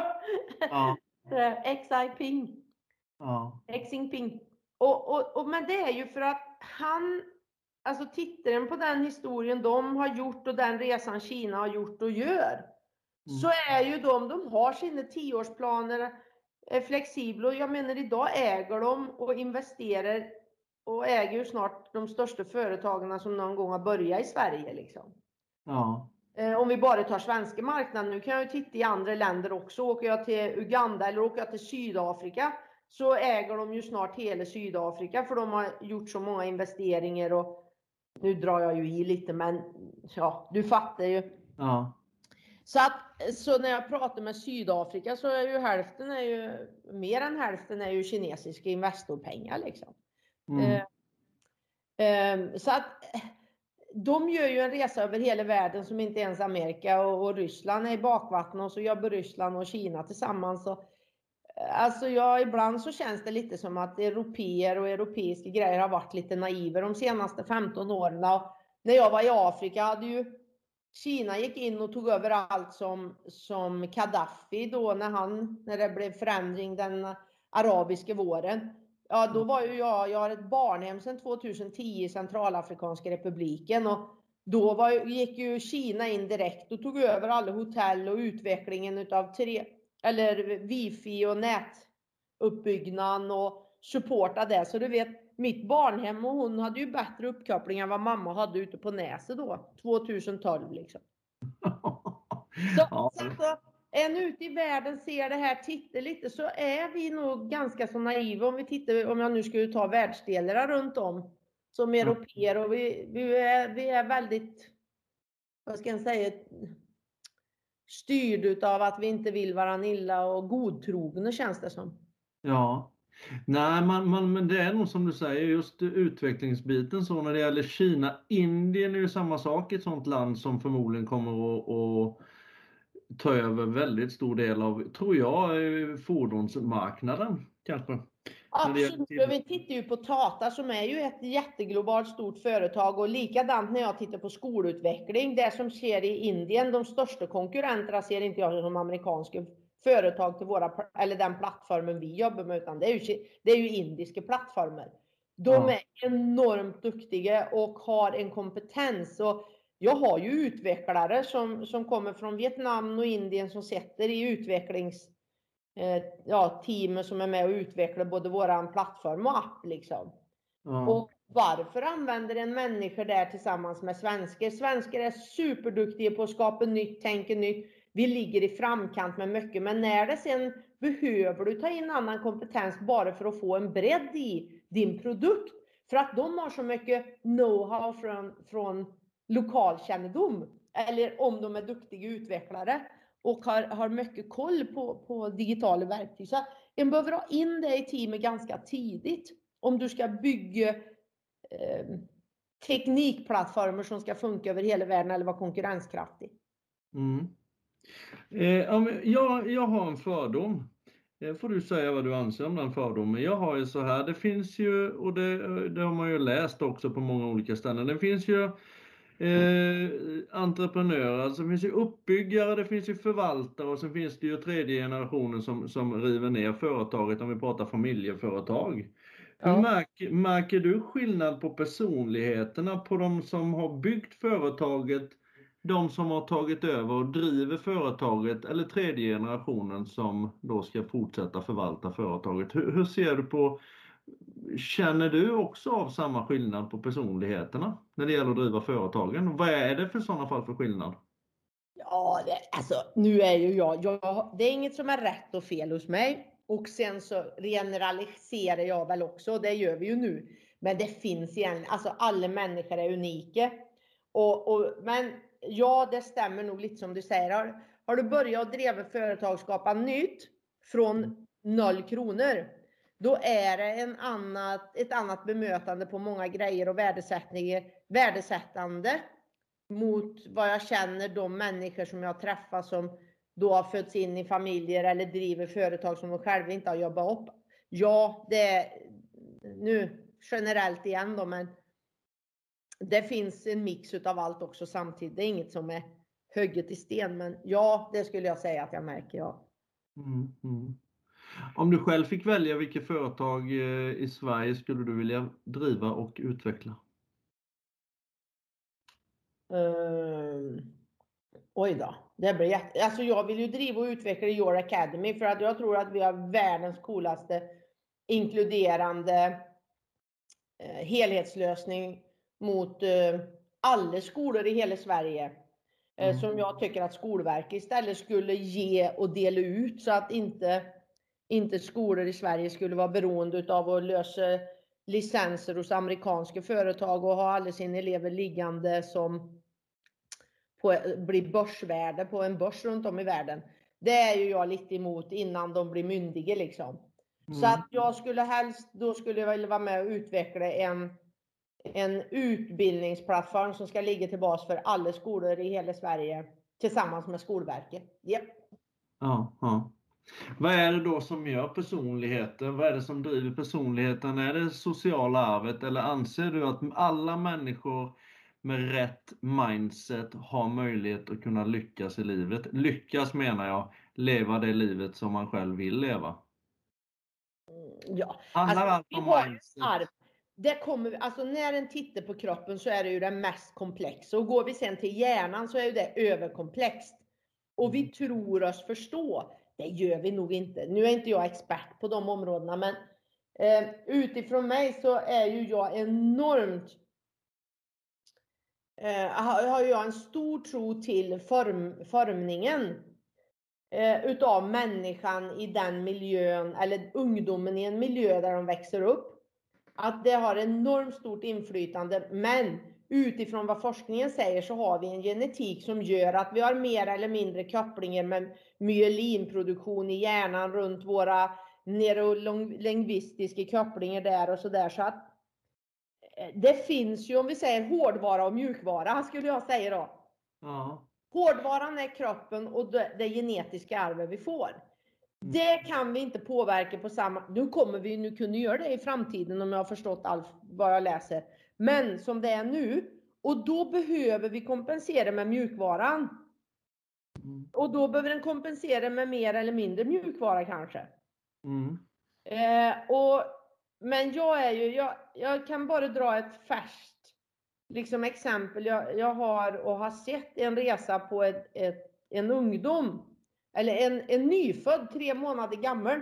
Xi Jinping. Xi Jinping. Men det är ju för att han, alltså tittaren på den historien de har gjort och den resan Kina har gjort och gör, så är ju de har sina 10-årsplaner, är flexibla, och jag menar idag äger de och investerar och äger ju snart de största företagen som någon gång har börjat i Sverige liksom. Om vi bara tar svenska marknaden, nu kan jag ju titta i andra länder också. Åker jag till Uganda eller åker jag till Sydafrika, så äger de ju snart hela Sydafrika, för de har gjort så många investeringar. Och nu drar jag ju i lite, men ja, du fattar ju. Så när jag pratar med Sydafrika, så är ju mer än hälften är ju kinesiska investorpengar liksom. Så att de gör ju en resa över hela världen som inte ens Amerika och Ryssland är i bakvatten, och så jobbar Ryssland och Kina tillsammans. Alltså ibland så känns det lite som att europeer och europeiska grejer har varit lite naiva de senaste 15 åren. När jag var i Afrika hade ju Kina gick in och tog över allt som Gaddafi då, när det blev förändring den arabiska våren. Ja, då var ju jag har ett barnhem sedan 2010 i Centralafrikanska republiken, och då gick ju Kina in direkt och tog över alla hotell och utvecklingen utav wifi och nätuppbyggnaden och supporta det. Så du vet, mitt barnhem och hon hade ju bättre uppkoppling än vad mamma hade ute på Näset då, 2012 liksom. Så en ute i världen ser det här, tittar lite, så är vi nog ganska så naiva om jag nu skulle ta världsdelar runt om som europeer, och vi är väldigt, vad ska jag säga, styrd av att vi inte vill varandra illa och godtrogna, känns det som. Ja. Nej, men det är nog som du säger, just utvecklingsbiten så när det gäller Kina. Indien är ju samma sak, ett sånt land som förmodligen kommer att ta över väldigt stor del av, tror jag, fordonsmarknaden kanske. Absolut, vi tittar ju på Tata som är ju ett jätteglobalt stort företag, och likadant när jag tittar på skolutveckling, det som sker i Indien, de största konkurrenterna ser inte jag som amerikanska företag till eller den plattformen vi jobbar med, utan det är ju indiska plattformar. De är enormt duktiga och har en kompetens, och jag har ju utvecklare som kommer från Vietnam och Indien som sitter i utvecklings teamet som är med och utvecklar både våran plattform och app liksom. Och varför använder en människa där tillsammans med svenskar? Svenskar är superduktiga på att skapa nytt, tänka nytt. Vi ligger i framkant med mycket, men när det sen behöver du ta in annan kompetens bara för att få en bredd i din produkt. För att de har så mycket know-how från lokalkännedom, eller om de är duktiga utvecklare och har mycket koll på digitala verktyg. Så en behöver ha in det i teamet ganska tidigt om du ska bygga teknikplattformar som ska funka över hela världen eller vara konkurrenskraftig. Jag har en fördom. Får du säga vad du anser om den fördomen. Jag har ju så här, det finns ju, och det har man ju läst också på många olika ställen, det finns ju entreprenörer, alltså det finns ju uppbyggare, det finns ju förvaltare, och sen finns det ju tredje generationen som river ner företaget, om vi pratar familjeföretag. Hur märker du skillnad på personligheterna på de som har byggt företaget, de som har tagit över och driver företaget, eller tredje generationen som då ska fortsätta förvalta företaget? Hur ser du på, känner du också av samma skillnad på personligheterna när det gäller att driva företagen? Vad är det för sådana fall för skillnad? Ja, nu är ju jag, det är inget som är rätt och fel hos mig. Och sen så generaliserar jag väl också, det gör vi ju nu. Men det finns igen, alltså alla människor är unika. Men ja, det stämmer nog lite som du säger. Har du börjat driva företag, skapa nytt från 0 kronor, då är det ett annat bemötande på många grejer och värdesättande mot vad jag känner de människor som jag träffar som då har fötts in i familjer eller driver företag som de själva inte har jobbat upp. Ja, det är nu generellt igen då, men det finns en mix av allt också samtidigt. Det är inget som är hugget i sten, men ja, det skulle jag säga att jag märker, ja. Om du själv fick välja vilket företag i Sverige skulle du vilja driva och utveckla? Oj då, det blir alltså jag vill ju driva och utveckla Your Academy, för att jag tror att vi har världens coolaste inkluderande helhetslösning mot alla skolor i hela Sverige. Som jag tycker att Skolverket istället skulle ge och dela ut, så att inte skolor i Sverige skulle vara beroende av att lösa licenser hos amerikanska företag och ha alla sina elever liggande som blir börsvärde på en börs runt om i världen. Det är ju jag lite emot innan de blir myndiga liksom. Så att jag skulle jag vilja vara med och utveckla en utbildningsplattform som ska ligga till bas för alla skolor i hela Sverige tillsammans med Skolverket. Yep. Ja. Vad är det då som gör personligheten? Vad är det som driver personligheten? Är det sociala arvet, eller anser du att alla människor med rätt mindset har möjlighet att kunna lyckas i livet? Lyckas menar jag, leva det livet som man själv vill leva. Ja, när en tittar på kroppen så är det ju det mest komplexa, och går vi sen till hjärnan så är det överkomplext. Och vi tror oss förstå. Det gör vi nog inte. Nu är inte jag expert på de områdena, men utifrån mig så är ju jag enormt har jag en stor tro till formningen utav människan i den miljön, eller ungdomen i en miljö där de växer upp. Att det har enormt stort inflytande, men utifrån vad forskningen säger så har vi en genetik som gör att vi har mer eller mindre kopplingar med myelinproduktion i hjärnan runt våra neurolingvistiska kopplingar där och sådär. Så att det finns ju, om vi säger hårdvara och mjukvara skulle jag säga då. Ja. Hårdvaran är kroppen och det genetiska arvet vi får. Det kan vi inte påverka på samma... Nu kommer vi nu kunna göra det i framtiden om jag har förstått allt vad jag läser. Men som det är nu, och då behöver vi kompensera med mjukvaran. Och då behöver den kompensera med mer eller mindre mjukvara kanske. Men jag kan bara dra ett färskt liksom exempel. Jag har sett en resa på en ungdom. Eller en nyfödd 3 månader gammal.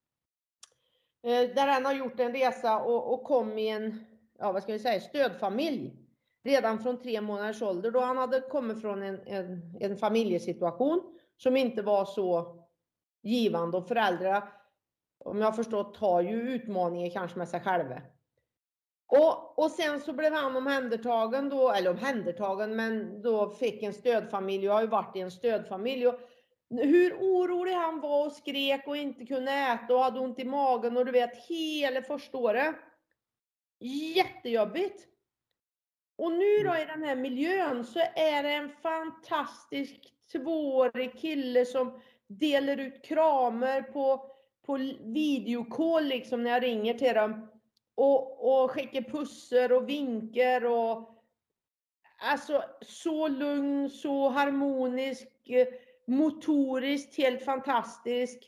Där han har gjort en resa och kom i en, vad ska vi säga, stödfamilj. Redan från 3 månaders ålder. Då han hade kommit från en familjesituation som inte var så givande. Och föräldrar, om jag har förstått, tar ju utmaningar kanske med sig själva. Och sen så blev han omhändertagen då, eller omhändertagen, men då fick en stödfamilj. Jag har ju varit i en stödfamilj. Och hur orolig han var och skrek och inte kunde äta och hade ont i magen. Och du vet, hela första året. Jättejobbigt. Och nu då i den här miljön så är det en fantastisk 2-årig kille som delar ut kramar på videokall liksom när jag ringer till dem. Och skickar pussar och vinkar och alltså så lugn, så harmonisk, motoriskt helt fantastisk.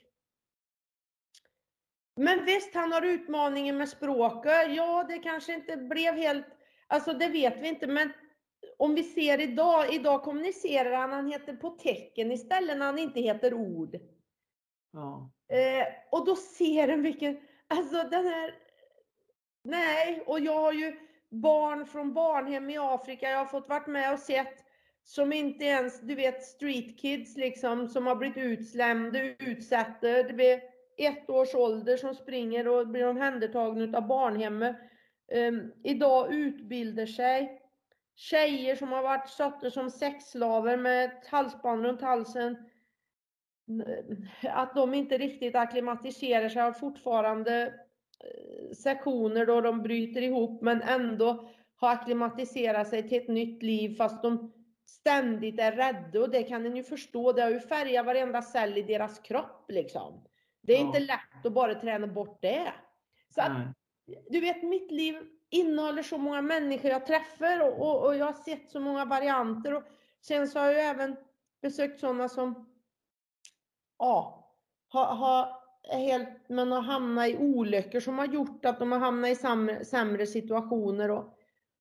Men visst, han har utmaningen med språket. Ja, det kanske inte blev helt, alltså det vet vi inte, men om vi ser idag kommunicerar han heter på tecken istället när han inte heter ord. Ja. Och då ser en vilken, alltså den här, nej, och jag har ju barn från barnhem i Afrika, jag har fått varit med och sett som inte ens, du vet, street kids liksom, som har blivit utslämda, utsatta, det blir 1 års ålder som springer och blir omhändertagna av barnhemmet. Idag utbildar sig tjejer som har varit satta som sexslaver med ett halsband runt halsen. Att de inte riktigt akklimatiserar sig, har fortfarande sektioner då de bryter ihop men ändå har akklimatiserat sig till ett nytt liv fast de ständigt är rädda, och det kan en ju förstå. Det har ju färgat varenda cell i deras kropp liksom. Det är inte lätt att bara träna bort det. Så att, du vet, mitt liv innehåller så många människor jag träffar och jag har sett så många varianter, och sen så har jag även besökt sådana som har hamnat i olyckor som har gjort att de har hamnat i sämre situationer. Och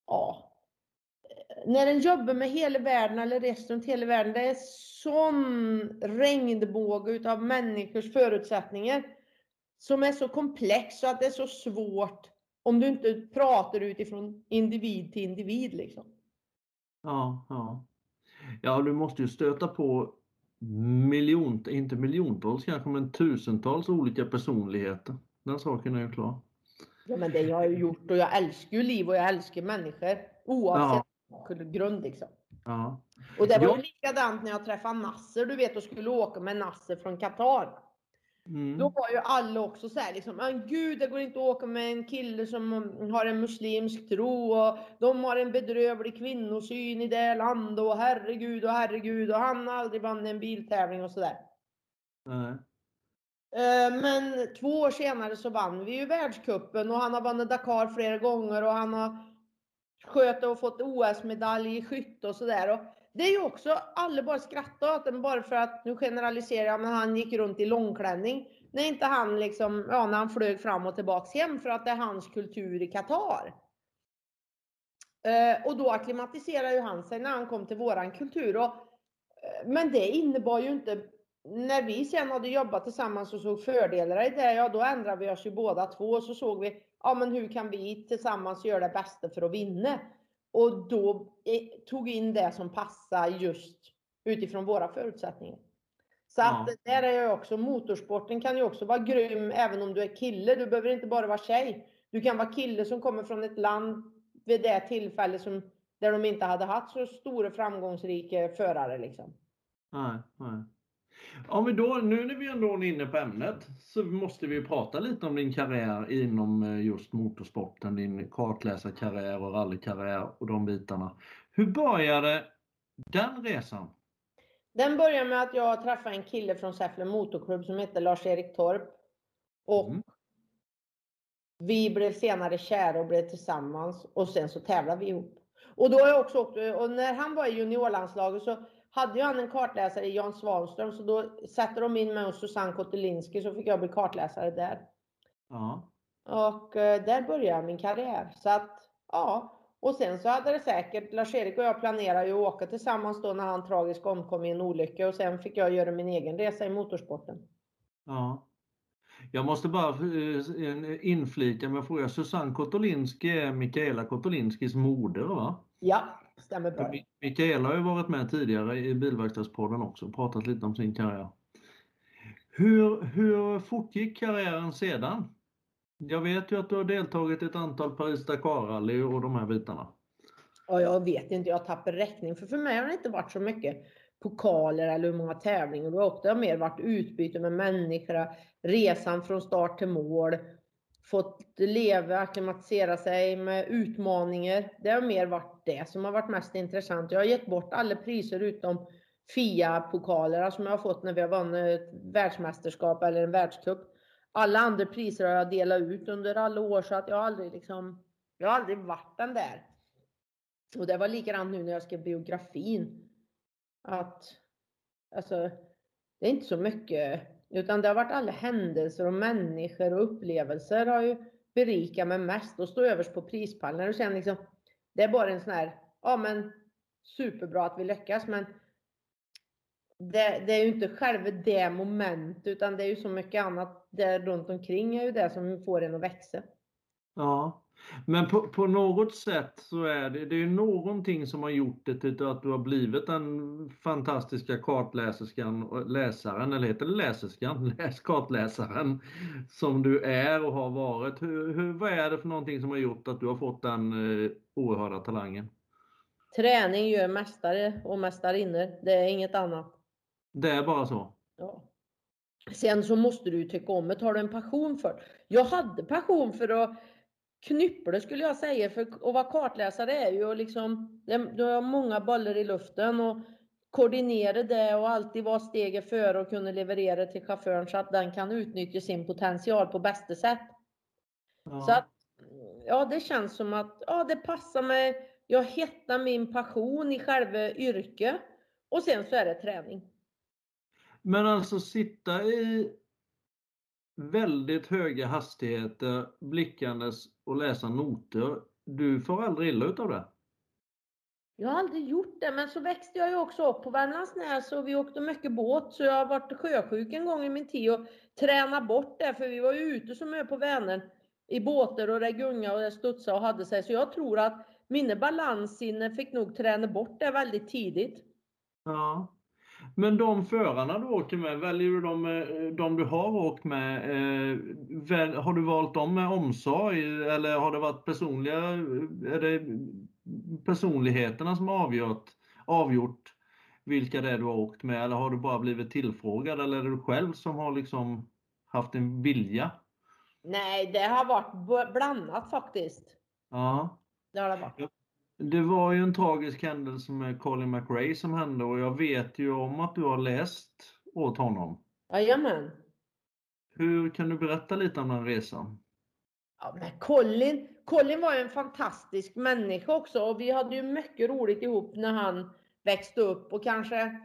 när en jobbar med hela världen eller resten av hela världen, det är sån regnbåge utav människors förutsättningar som är så komplex så att det är så svårt om du inte pratar utifrån individ till individ liksom. Ja, du måste ju stöta på inte miljontals kanske, men tusentals olika personligheter. Den saken är ju klar. Ja, men det jag har gjort, och jag älskar ju liv och jag älskar människor oavsett grund liksom. Ja. Och det var ju likadant när jag träffade Nasser, du vet, och skulle åka med Nasser från Qatar. Då var ju alla också så här liksom, men gud, det går inte att åka med en kille som har en muslimsk tro och de har en bedrövlig kvinnosyn i det landet och herregud och han har aldrig vunnit en biltävling och sådär. Men 2 år senare så vann vi ju världscupen och han har vunnit Dakar flera gånger och han har sköt och fått OS-medalj i skytte och sådär. Och det är ju också, alla bara skrattar åt den bara för att, nu generaliserar jag, men han gick runt i långklänning. När inte han liksom, när han flög fram och tillbaks hem för att det är hans kultur i Qatar. Och då akklimatiserar ju han sig när han kom till våran kultur. Men det innebar ju inte, när vi sen hade jobbat tillsammans och såg fördelar i det, då ändrade vi oss ju båda två och så såg vi, men hur kan vi tillsammans göra det bästa för att vinna? Och då tog in det som passar just utifrån våra förutsättningar. Så att där är jag också, motorsporten kan ju också vara grym även om du är kille. Du behöver inte bara vara tjej. Du kan vara kille som kommer från ett land vid det tillfälle där de inte hade haft så stora framgångsrika förare liksom. Nej. Om vi då, nu när vi ändå är inne på ämnet, så måste vi prata lite om din karriär inom just motorsporten, din kartläsarkarriär och rallykarriär och de bitarna. Hur började den resan? Den börjar med att jag träffade en kille från Säffle motorklubb som heter Lars-Erik Torp. Och vi blev senare kära och blev tillsammans. Och sen så tävlade vi ihop. Och då har jag också åkt, och när han var i juniorlandslaget så hade ju han en kartläsare i Jan Svanström. Så då satte de in mig och Susanne Kotelinski, så fick jag bli kartläsare där. Ja. Och där började min karriär. Så att, ja. Och sen så hade det säkert, Lars-Erik och jag planerade ju att åka tillsammans då när han tragiskt omkom i en olycka. Och sen fick jag göra min egen resa i motorsporten. Ja. Jag måste bara inflika med fråga. Susanne Kotolinski är Mikaela Kotolinskis moder, va? Ja, stämmer bra. Mikaela har ju varit med tidigare i Bilverkstadspodden också. Pratat lite om sin karriär. Hur fortgick karriären sedan? Jag vet ju att du har deltagit i ett antal Paris-Dakar-rally och de här bitarna. Ja, jag vet inte, jag tappar räkning. För mig har det inte varit så mycket pokaler eller hur många tävlingar. Det har mer varit utbyte med människor. Resan från start till mål. Fått leva, akklimatisera sig med utmaningar. Det har mer varit det som har varit mest intressant. Jag har gett bort alla priser utom FIA-pokaler som jag har fått när vi har vunnit ett världsmästerskap eller en världscup. Alla andra priser har jag delat ut under alla år, så att jag har aldrig varit den där. Och det var likadant nu när jag skrev biografin. Att, alltså, det är inte så mycket, utan det har varit alla händelser och människor och upplevelser har ju berikat mig mest och stå överst på prispallen. Och sen liksom, det är bara en sån här, ja men superbra att vi lyckas, men det är ju inte själva det moment, utan det är ju så mycket annat där runt omkring är ju det som får en att växa. Ja, men på något sätt så är det är ju någonting som har gjort det till att du har blivit den fantastiska läsaren, eller heter det läserskan, kartläsaren som du är och har varit. Vad är det för någonting som har gjort att du har fått den oerhörda talangen? Träning gör mästare och mästarinnor, det är inget annat. Det är bara så? Ja. Sen så måste du tycka om det. Har du en passion för? Jag hade passion för att knyppla, skulle jag säga. För att vara kartläsare är ju liksom, du har många bollar i luften och koordinera det och alltid vara steget före och kunna leverera till chauffören så att den kan utnyttja sin potential på bästa sätt. Ja. Så att, ja, det känns som att ja, det passar mig. Jag hittar min passion i själva yrket och sen så är det träning. Men alltså sitta i väldigt höga hastigheter, blickandes och läsa noter. Du får aldrig illa utav det? Jag har aldrig gjort det, men så växte jag ju också upp på Värmlandsnäs och vi åkte mycket båt, så jag har varit sjösjuk en gång i min tid och tränat bort det, för vi var ju ute så mycket på Vänern i båtar och det gunga och det studsade och hade sig. Så jag tror att mina balanssinne fick nog träna bort det väldigt tidigt. Ja. Men de förarna du åker med, väljer du de du har åkt med, har du valt dem med omsorg eller har det varit är det personligheterna som avgjort vilka det är du har åkt med, eller har du bara blivit tillfrågad, eller är det du själv som har liksom haft en vilja? Nej, det har varit blandat faktiskt. Ja. Det har det varit. Det var ju en tragisk händelse med Colin McRae som hände, och jag vet ju om att du har läst åt honom. Jajamän. Hur kan du berätta lite om den resan? Ja, men Colin var ju en fantastisk människa också, och vi hade ju mycket roligt ihop när han växte upp, och kanske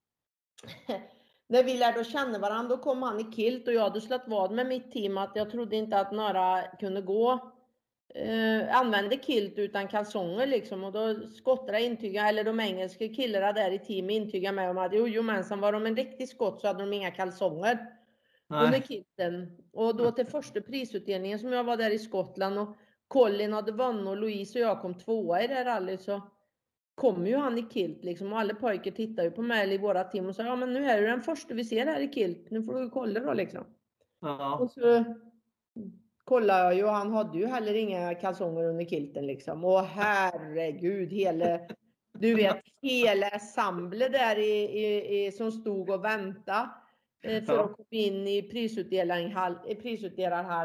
när vi lärde känna varandra, då kom han i kilt och jag hade slått vad med mitt team att jag trodde inte att några kunde använde kilt utan kalsonger liksom, och då skottade intyga, eller de engelska killarna där i team intyga med om att jojomensan, var de en riktig skott så hade de inga kalsonger under kilten. Och då till första prisutdelningen som jag var där i Skottland och Colin hade vunnit och Louise och jag kom tvåa i det här rallyt, så kom ju han i kilt liksom, och alla pojkar tittade ju på mig i våra team och sa, ja men nu är du den första vi ser här i kilt, nu får du kolla då liksom. Ja. Och så kollade jag ju, och han hade ju heller inga kalsonger under kilten liksom. Och herregud, du vet, hela ensemblet där som stod och väntade för att komma in i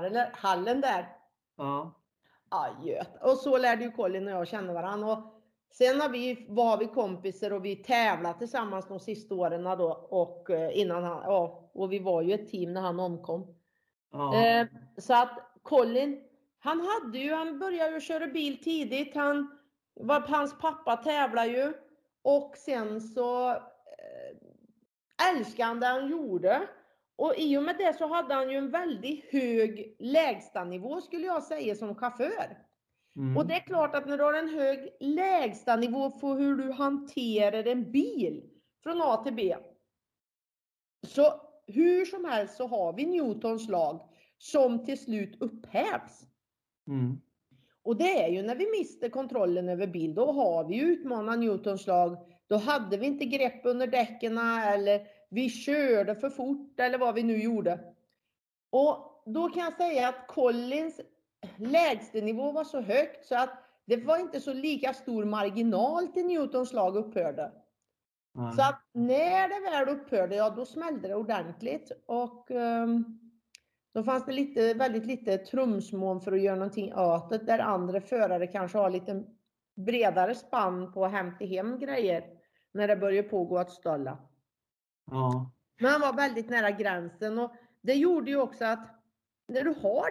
prisutdelarhallen där. Ja. Och så lärde ju Colin och jag känna varandra. Och Sen var vi kompisar och vi tävlade tillsammans de sista åren då. Och innan och vi var ju ett team när han omkom. Ja. Så att Colin, han började ju köra bil tidigt. Hans pappa tävlar ju. Och sen så älskade han det han gjorde. Och i och med det så hade han ju en väldigt hög lägstanivå skulle jag säga som chaufför. Och det är klart att när du har en hög lägstanivå på hur du hanterar en bil från A till B. Så hur som helst så har vi Newtons lag som till slut upphävs. Och det är ju när vi mister kontrollen över bil, då har vi utmanat Newtons lag. Då hade vi inte grepp under däcken eller vi körde för fort eller vad vi nu gjorde. Och då kan jag säga att Collins lägstanivå var så högt så att det var inte så lika stor marginal till Newtons lag upphörde. Så att när det väl upphörde, ja då smällde det ordentligt. Och då fanns det väldigt lite trumsmån för att göra någonting åt det. Där andra förare kanske har lite bredare spann på att hämta hem grejer. När det börjar pågå att stålla. Ja. Men han var väldigt nära gränsen. Och det gjorde ju också att när du har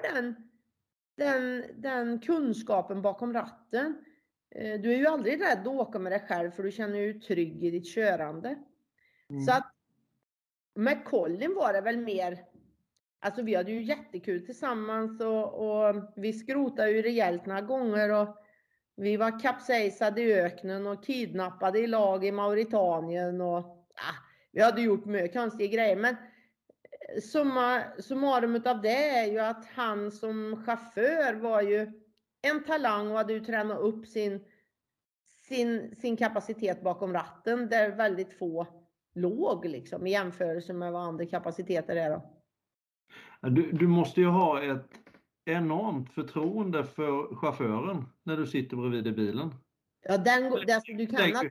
den kunskapen bakom ratten. Du är ju aldrig rädd att åka med dig själv för du känner ju trygg i ditt körande. Så att med Colin var det väl mer, alltså vi hade ju jättekul tillsammans och vi skrotade ju rejält några gånger och vi var kapsejsade i öknen och kidnappade i lag i Mauritanien och vi hade gjort mycket konstiga grejer, men summarum utav det är ju att han som chaufför var ju en talang och hade ju tränat upp sin kapacitet bakom ratten där väldigt få låg liksom i jämförelse med vad andra kapaciteter är då. Du måste ju ha ett enormt förtroende för chauffören när du sitter bredvid i bilen. Ja, du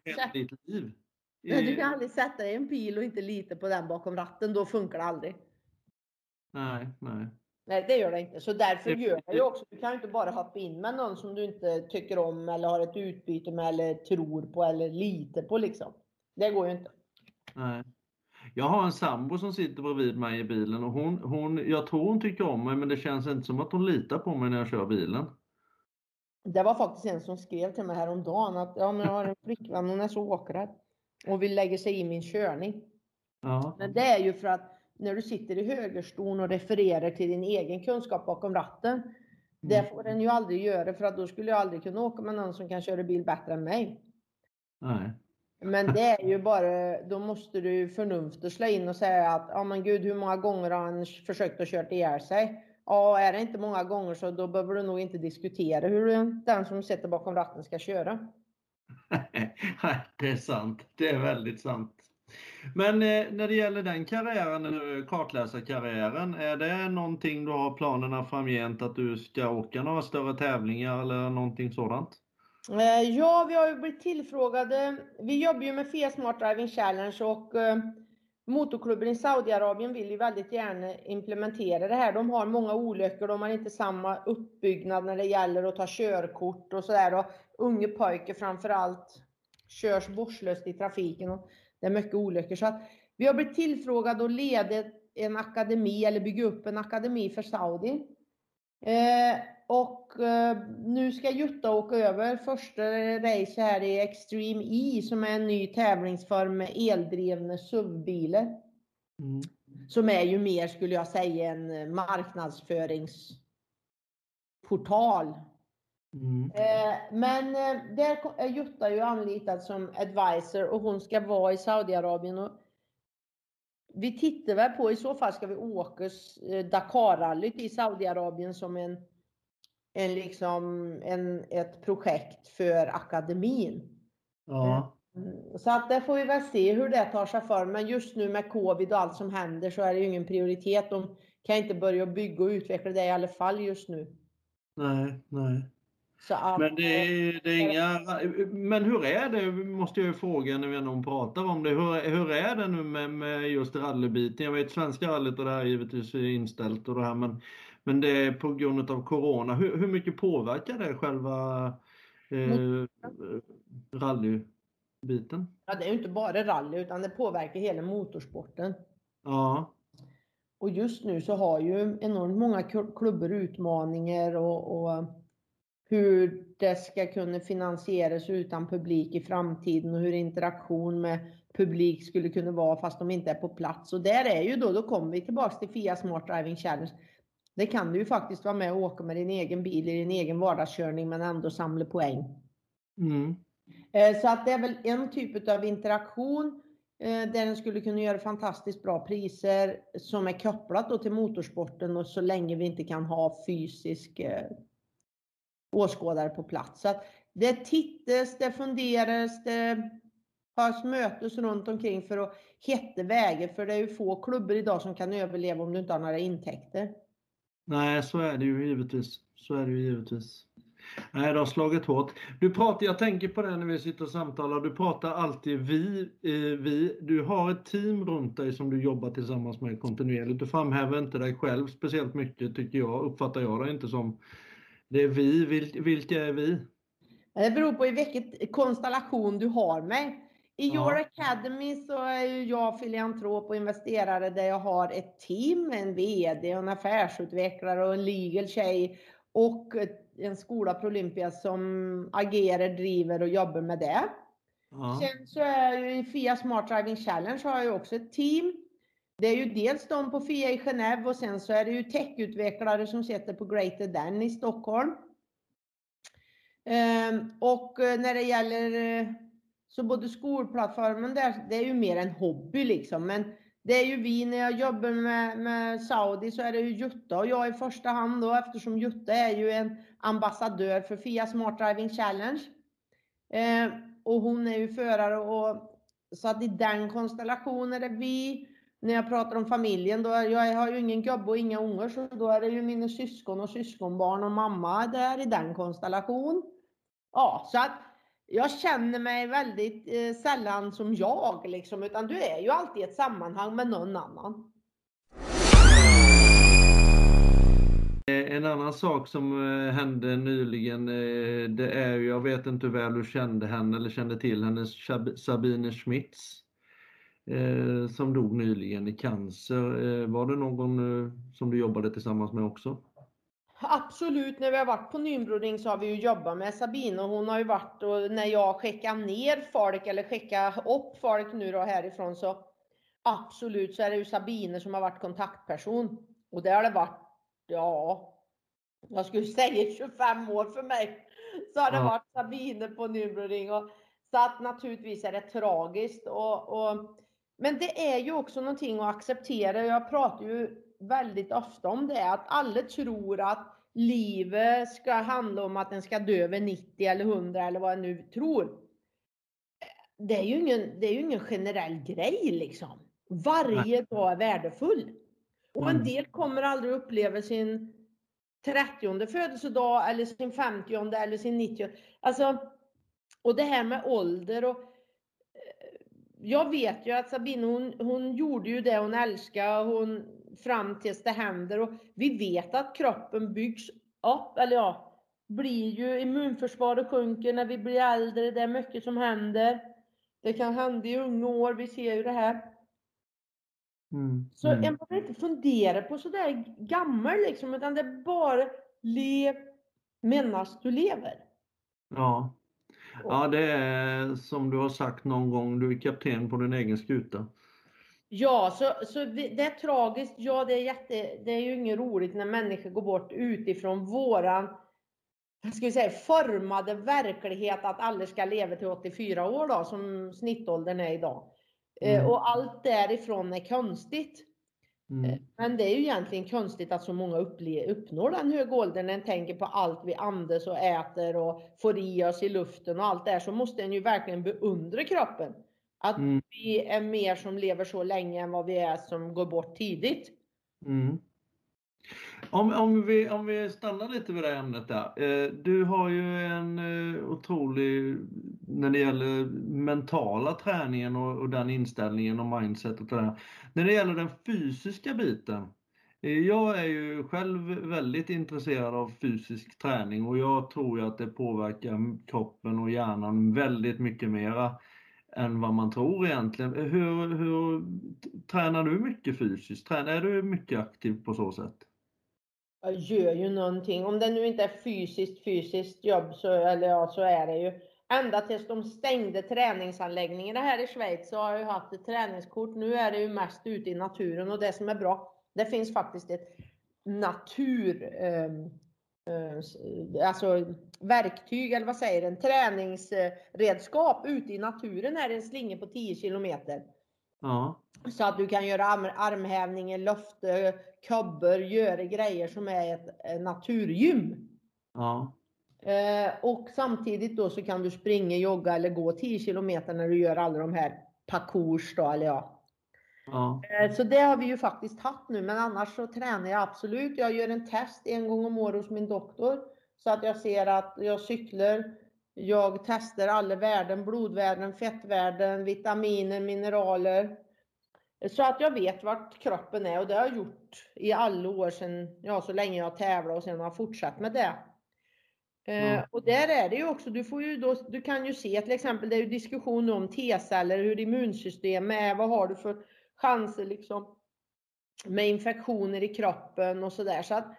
kan aldrig sätta dig i en bil och inte lita på den bakom ratten, då funkar det aldrig. Nej. Nej, det gör det inte. Så därför gör jag ju också. Du kan ju inte bara hoppa in med någon som du inte tycker om eller har ett utbyte med eller tror på eller litar på liksom. Det går ju inte. Nej. Jag har en sambo som sitter bredvid mig i bilen och jag tror hon tycker om mig, men det känns inte som att hon litar på mig när jag kör bilen. Det var faktiskt en som skrev till mig häromdagen att men jag har en flickvän, hon är så åkrädd och vill lägga sig i min körning. Ja. Men det är ju för att när du sitter i högerstolen och refererar till din egen kunskap bakom ratten, det får den ju aldrig göra, för att då skulle jag aldrig kunna åka med någon som kan köra bil bättre än mig. Nej. Men det är ju bara, då måste du förnuftigt slå in och säga att men gud, hur många gånger har han försökt att köra ihjäl sig? Ja, är det inte många gånger så då behöver du nog inte diskutera hur den som sitter bakom ratten ska köra. Det är sant, det är väldigt sant. Men när det gäller den karriären, kartläsarkarriären, är det någonting du har planerna framgent att du ska åka några större tävlingar eller någonting sådant? Ja, vi har ju blivit tillfrågade. Vi jobbar ju med FIA Smart Driving Challenge och motorklubben i Saudiarabien vill ju väldigt gärna implementera det här. De har många olyckor, de har inte samma uppbyggnad när det gäller att ta körkort och sådär. Och unga pojkar framförallt körs vårdslöst i trafiken och det är mycket olyckor. Så att vi har blivit tillfrågade att leda en akademi eller bygga upp en akademi för Saudi. Och nu ska Jutta åka över första race här i Extreme E som är en ny tävlingsform med eldrivna SUV-bilar. Som är ju mer, skulle jag säga, en marknadsföringsportal. Men där är Jutta ju anlitad som advisor och hon ska vara i Saudiarabien och vi tittar väl på, i så fall ska vi åka Dakar-rallyt i Saudiarabien som ett projekt för akademin. Ja. Så att det får vi väl se hur det tar sig för. Men just nu med covid och allt som händer så är det ju ingen prioritet. De kan inte börja bygga och utveckla det i alla fall just nu. Nej. Så att, men det är inga... Men hur är det, måste jag ju fråga när vi någon pratar om det. Hur är det nu med just rallybiten? Jag vet svenska rallyt och det här givetvis är inställt och det här, men det är på grund av corona. Hur mycket påverkar det själva rallybiten. Ja, det är ju inte bara rally utan det påverkar hela motorsporten. Ja. Och just nu så har ju enormt många klubbar utmaningar och hur det ska kunna finansieras utan publik i framtiden och hur interaktion med publik skulle kunna vara fast de inte är på plats. Och där är ju då kommer vi tillbaka till FIA Smart Driving Challenge. Det kan du ju faktiskt vara med och åka med din egen bil i din egen vardagskörning men ändå samla poäng. Mm. Så att det är väl en typ av interaktion där den skulle kunna göra fantastiskt bra priser som är kopplat då till motorsporten och så länge vi inte kan ha fysisk åskådare på plats. Så att det tittas, det funderas, det har mötes runt omkring för att hitta vägar, för det är ju få klubbar idag som kan överleva om du inte har några intäkter. Nej, så är det ju givetvis. Nej, de har slagit hårt. Jag tänker på det när vi sitter och samtalar. Du pratar alltid vi. Du har ett team runt dig som du jobbar tillsammans med kontinuerligt. Du framhäver inte dig själv speciellt mycket, tycker jag. Uppfattar jag det inte som. Det är vi. Vilka är vi? Det beror på i vilket konstellation du har med. I Your Academy så är ju jag filantrop och investerare där jag har ett team, en vd, en affärsutvecklare och en legal tjej och en skola på Olympia som agerar, driver och jobbar med det. Ja. Sen så är jag ju i FIA Smart Driving Challenge har jag ju också ett team. Det är ju dels de på FIA i Genève och sen så är det ju techutvecklare som sitter på Greater Dan i Stockholm. Och när det gäller så både skolplattformen där, det är ju mer en hobby liksom, men det är ju vi, när jag jobbar med Saudi så är det ju Jutta och jag i första hand då, eftersom Jutta är ju en ambassadör för FIA Smart Driving Challenge och hon är ju förare och så att i den konstellationen är det vi. När jag pratar om familjen då, jag har ju ingen gubbe och inga ungar, så då är det ju mina syskon och syskonbarn och mamma där i den konstellation. Ja, så att jag känner mig väldigt sällan som jag liksom, utan du är ju alltid i ett sammanhang med någon annan. En annan sak som hände nyligen, det är ju, jag vet inte hur väl du kände henne eller kände till henne, Sabine Schmitz. Som dog nyligen i cancer. Var det någon som du jobbade tillsammans med också? Absolut, när vi har varit på Nürburgring så har vi ju jobbat med Sabine och hon har ju varit, och när jag skickar ner folk eller skickar upp folk nu då härifrån så absolut så är det ju Sabine som har varit kontaktperson. Och det har det varit, ja, jag skulle säga 25 år för mig. Så har det varit Sabine på Nürburgring och så att naturligtvis är det tragiskt men det är ju också någonting att acceptera. Jag pratar ju väldigt ofta om det, att alla tror att livet ska handla om att den ska dö vid 90 eller 100 eller vad jag nu tror. Det är ju ingen generell grej liksom. Varje dag är värdefull. Och en del kommer aldrig uppleva sin 30:e födelsedag eller sin 50:e eller sin 90:e. Alltså, och det här med ålder och jag vet ju att Sabine hon gjorde ju det hon älskade fram tills det händer, och vi vet att kroppen byggs upp, eller ja, blir ju, immunförsvaret sjunker när vi blir äldre, det är mycket som händer. Det kan hända i unga år, vi ser ju det här. Så en behöver inte fundera på sådär gammal liksom, utan det är bara lev medan du lever. Ja. Ja, det är som du har sagt någon gång, du är kapten på din egen skuta. Ja, så det är tragiskt. Ja, det är ju inget roligt när människor går bort utifrån våran, ska vi säga, formade verklighet att alla ska leva till 84 år då, som snittåldern är idag. Och allt därifrån är konstigt. Men det är ju egentligen konstigt att så många uppnår den höga åldern. När en tänker på allt vi andas och äter och får i oss i luften och allt det här, så måste en ju verkligen beundra kroppen. Att vi är mer som lever så länge än vad vi är som går bort tidigt. Om vi stannar lite vid det ämnet där. Du har ju en otrolig, när det gäller mentala träningen och den inställningen och mindsetet och det där. När det gäller den fysiska biten, Jag är ju själv väldigt intresserad av fysisk träning och jag tror ju att det påverkar kroppen och hjärnan väldigt mycket mera än vad man tror egentligen. Hur tränar du mycket fysiskt? Är du mycket aktiv på så sätt? Jag gör ju någonting. Om det nu inte är fysiskt jobb så, eller ja, så är det ju. Ända tills de stängde träningsanläggningarna här i Schweiz så har jag ju haft ett träningskort. Nu är det ju mest ute i naturen och det som är bra. Det finns faktiskt ett alltså verktyg eller vad säger en träningsredskap ute i naturen här, en slinga på 10 kilometer. Ja. Så att du kan göra armhävningar, löfte, kubbor, göra grejer som är ett naturgym. Ja. Och samtidigt då så kan du springa, jogga eller gå 10 kilometer när du gör alla de här parkours då, eller ja. Ja. Så det har vi ju faktiskt haft nu, men annars så tränar jag absolut. Jag gör en test en gång om året hos min doktor så att jag ser att jag cyklar. Jag testar alla värden, blodvärden, fettvärden, vitaminer, mineraler. Så att jag vet vart kroppen är och det har jag gjort i alla år sedan, ja, så länge jag tävlar och sen har jag fortsatt med det. Och där är det ju också, du kan ju se till exempel, det är ju diskussion om T-celler, hur immunsystemet är, vad har du för chanser liksom med infektioner i kroppen och sådär. Så att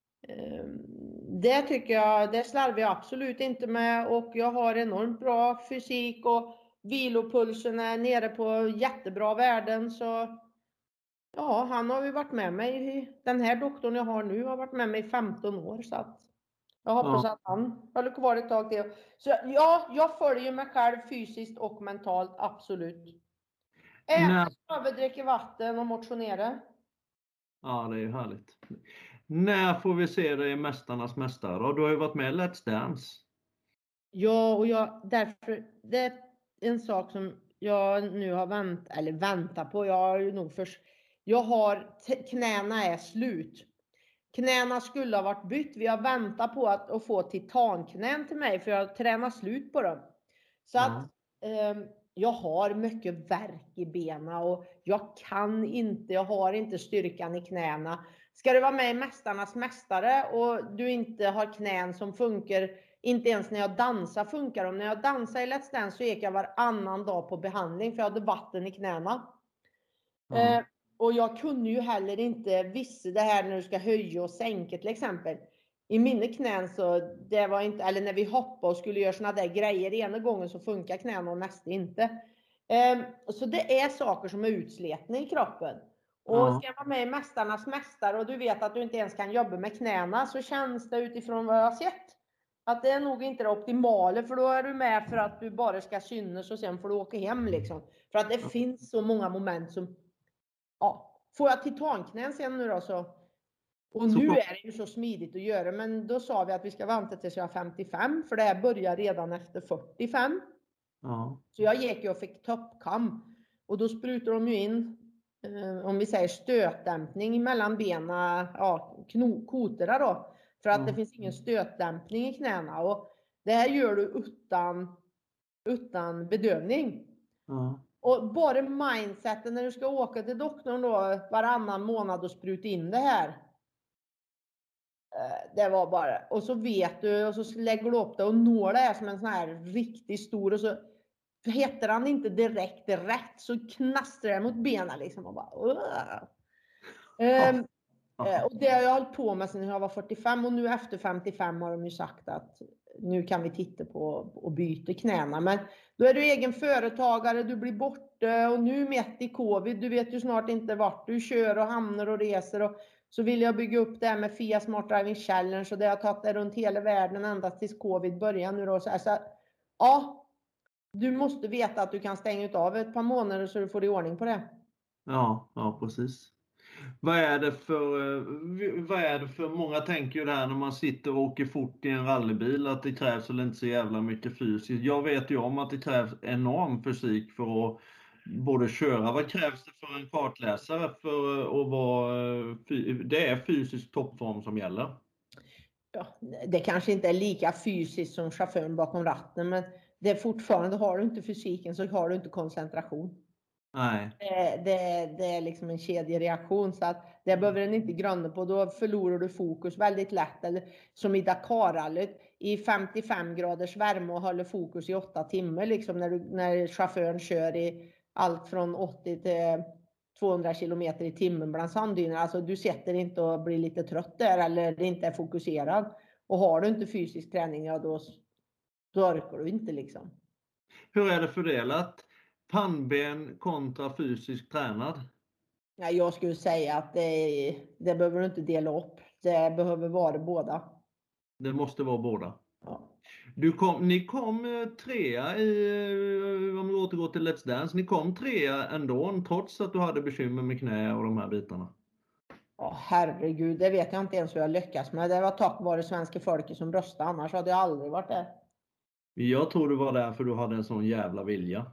det tycker jag, det slarvar jag absolut inte med och jag har enormt bra fysik och vilopulsen är nere på jättebra värden så ja, han har ju varit med mig, den här doktorn jag har nu har varit med mig i 15 år så att jag hoppas att han håller kvar ett tag till. Så ja, jag följer mig själv fysiskt och mentalt, absolut. Dricka vatten och motionera. Ja, det är ju härligt. När får vi se dig i Mästarnas mästare då? Du har ju varit med i Let's Dance. Ja, och därför, det är en sak som jag nu har väntat på. Knäna är slut. Knäna skulle ha varit bytt. Vi har väntat på att få titanknän till mig för jag tränar slut på dem. Så att jag har mycket värk i benen och jag har inte styrkan i knäna. Ska du vara med i Mästarnas mästare och du inte har knän som funkar, inte ens när jag dansar funkar de. När jag dansar i Let's Dance så gick jag varannan dag på behandling för jag hade vatten i knäna. Och jag kunde ju heller inte vissa det här när du ska höja och sänka till exempel. I mina knän så det var inte, eller när vi hoppade och skulle göra såna där grejer ena gången så funkar knäna och nästa inte. Så det är saker som är utslätna i kroppen. Och ska jag vara med i Mästarnas mästare och du vet att du inte ens kan jobba med knäna så känns det utifrån vad jag har sett att det är nog inte det optimala för då är du med för att du bara ska synas och sen får du åka hem liksom. För att det finns så många moment som får jag titanknän sen nu då så. Och nu är det ju så smidigt att göra men då sa vi att vi ska vänta tills jag är 55 för det här börjar redan efter 45. Så jag gick ju och fick toppkam och då sprutar de ju in om vi säger stötdämpning mellan benen, kotorna då. För att det finns ingen stötdämpning i knäna och det här gör du utan bedövning. Och bara mindsetet när du ska åka till doktorn då varannan månad och spruta in det här. Det var bara, och så vet du och så lägger du upp det och når det här som en sån här riktigt stor och så heter han inte direkt rätt så knastrar det mot benen liksom och bara och det har jag hållit på med sedan jag var 45 och nu efter 55 har de ju sagt att nu kan vi titta på och byta knäna men då är du egen företagare, du blir borta och nu mitt i covid, du vet ju snart inte vart du kör och hamnar och reser och så vill jag bygga upp det här med FIA Smart Driving Challenge och det har tagit det runt hela världen ända tills covid börjar nu då. Så du måste veta att du kan stänga av ett par månader så du får i ordning på det. Ja, precis. Vad är det för många tänker ju det här när man sitter och åker fort i en rallybil att det krävs väl inte så jävla mycket fysiskt. Jag vet ju om att det krävs enorm fysik för att både köra. Vad krävs det för en kartläsare för att vara, det är fysisk toppform som gäller? Ja, det kanske inte är lika fysiskt som chauffören bakom ratten men det är fortfarande, har du inte fysiken så har du inte koncentration. Nej. Det är liksom en kedjereaktion, så att det behöver den inte grunna på. Då förlorar du fokus väldigt lätt. Eller som i Dakarrallyt i 55 graders värme och håller fokus i 8 timmar. Liksom när chauffören kör i allt från 80 till 200 kilometer i timmen bland sanddynerna. Alltså du sitter inte och blir lite trött där eller inte är fokuserad. Och har du inte fysisk träning, ja då orkar du inte liksom. Hur är det fördelat? Pannben kontra fysiskt tränad? Ja, jag skulle säga att det behöver du inte dela upp. Det behöver vara båda. Det måste vara båda. Ja. Ni kom trea om vi återgår till Let's Dance, ni kom trea ändå trots att du hade bekymmer med knä och de här bitarna. Ja, herregud, det vet jag inte ens hur jag lyckas med. Det var tack vare svenska folket som röstade, annars hade jag aldrig varit där. Jag tror du var där för du hade en sån jävla vilja.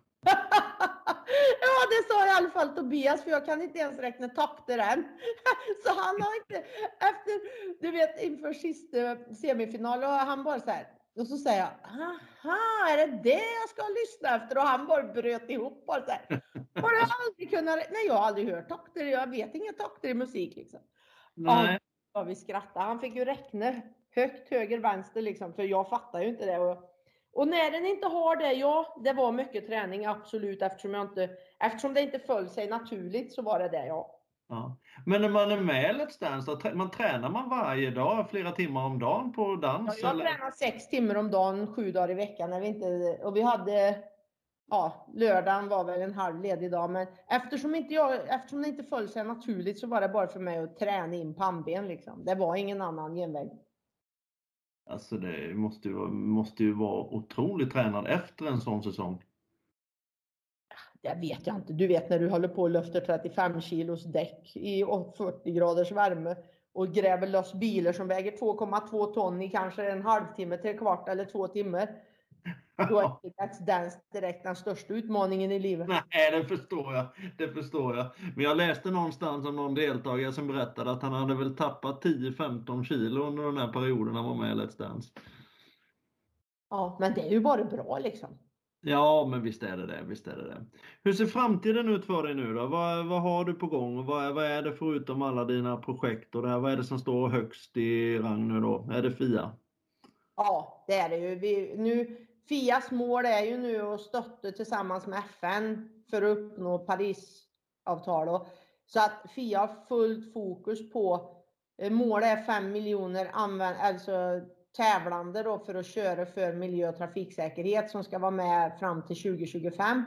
Ja, det sa i alla fall Tobias, för jag kan inte ens räkna takter än. Så han har inte, efter, du vet, inför sista semifinal, och han bara så här, och så säger jag, aha, är det jag ska lyssna efter? Och han bara bröt ihop bara så här. Har du aldrig kunnat, nej jag har aldrig hört takter, jag vet inga takter i musik liksom. Nej. Ja, vi skrattade, han fick ju räkna högt, höger, vänster liksom, för jag fattar ju inte det. Och när den inte har det, ja, det var mycket träning, absolut, eftersom det inte föll sig naturligt så var det, ja. Ja. Men när man är med i Let's Dance, tränar man varje dag, flera timmar om dagen på dans? Ja, jag tränar 6 timmar om dagen, 7 dagar i veckan. Och vi hade, ja, lördagen var väl en halv ledig dag. Men eftersom det inte föll sig naturligt så var det bara för mig att träna in pannben liksom. Det var ingen annan genväg. Alltså det måste ju vara otroligt tränad efter en sån säsong. Det vet jag inte. Du vet när du håller på och lyfter 35 kilos däck i 40 graders värme och gräver loss bilar som väger 2,2 ton i kanske en halvtimme till kvart eller 2 timmar. Då är Let's Dance direkt den största utmaningen i livet. Nej, det förstår jag. Men jag läste någonstans om någon deltagare som berättade att han hade väl tappat 10-15 kilo under den här perioden han var med i Let's Dance. Ja, men det är ju bara bra liksom. Ja, men visst är det. Hur ser framtiden ut för dig nu då? Vad har du på gång? Och vad är det förutom alla dina projekt och det här? Vad är det som står högst i rang nu då? Är det FIA? Ja, det är det ju. FIAs mål är ju nu att stötta tillsammans med FN för att uppnå Parisavtal. Så att FIA har fullt fokus på, målet är 5 miljoner tävlande då för att köra för miljö- och trafiksäkerhet som ska vara med fram till 2025.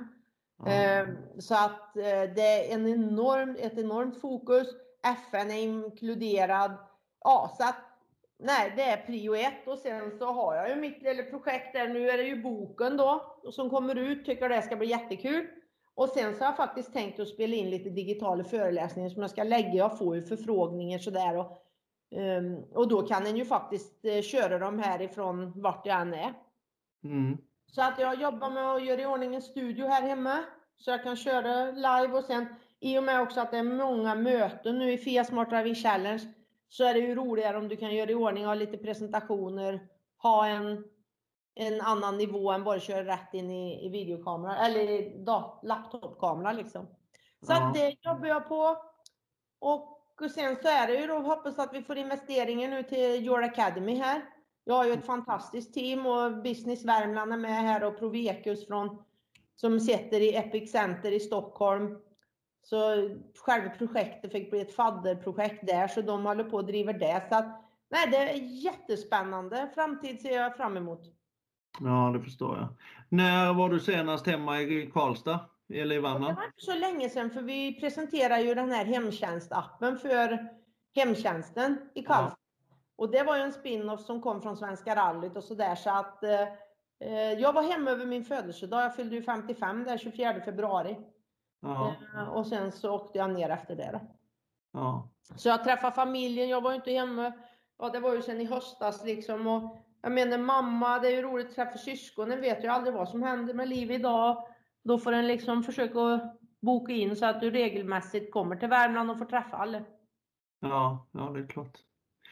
Så att det är ett enormt fokus. FN är inkluderad. Ja, så att nej, det är prio 1. Och sen så har jag ju mitt lilla projekt där. Nu är det ju boken då som kommer ut. Tycker det ska bli jättekul. Och sen så har jag faktiskt tänkt att spela in lite digitala föreläsningar som jag ska lägga. Jag får ju förfrågningar sådär. Och då kan en ju faktiskt köra dem härifrån vart jag än är. Så att jag jobbar med att göra i ordning en studio här hemma. Så jag kan köra live. Och sen i och med också att det är många möten nu i FIA Smart Driving Challenge, så är det ju roligare om du kan göra i ordning och ha lite presentationer. Ha en annan nivå än bara köra rätt in i videokamera. Eller i laptopkamera liksom. Så att det jobbar jag på. Och sen så är det ju då, hoppas att vi får investeringen nu till Your Academy här. Jag har ju ett fantastiskt team och Business Värmland är med här och Provecus som sitter i Epic Center i Stockholm. Så själva projektet fick bli ett fadderprojekt där, så de håller på att driva det. Så att, nej, det är jättespännande. Framtid ser jag fram emot. Ja, det förstår jag. När var du senast hemma i Karlstad? Eller i Vanna? Det var inte så länge sedan, för vi presenterar ju den här hemtjänstappen för hemtjänsten i Karlstad. Ja. Och det var ju en spin-off som kom från Svenska rallyt och sådär. Så att jag var hemma över min födelsedag. Jag fyllde ju 55 där 24 februari. Ja. Och sen så åkte jag ner efter det då. Ja. Så jag träffade familjen, jag var inte hemma. Ja, det var ju sen i höstas liksom. Och jag menar mamma, det är ju roligt att träffa syskonen. Vet ju aldrig vad som händer med liv idag. Då får en liksom försöka boka in så att du regelmässigt kommer till Värmland och får träffa alla. Ja, det är klart.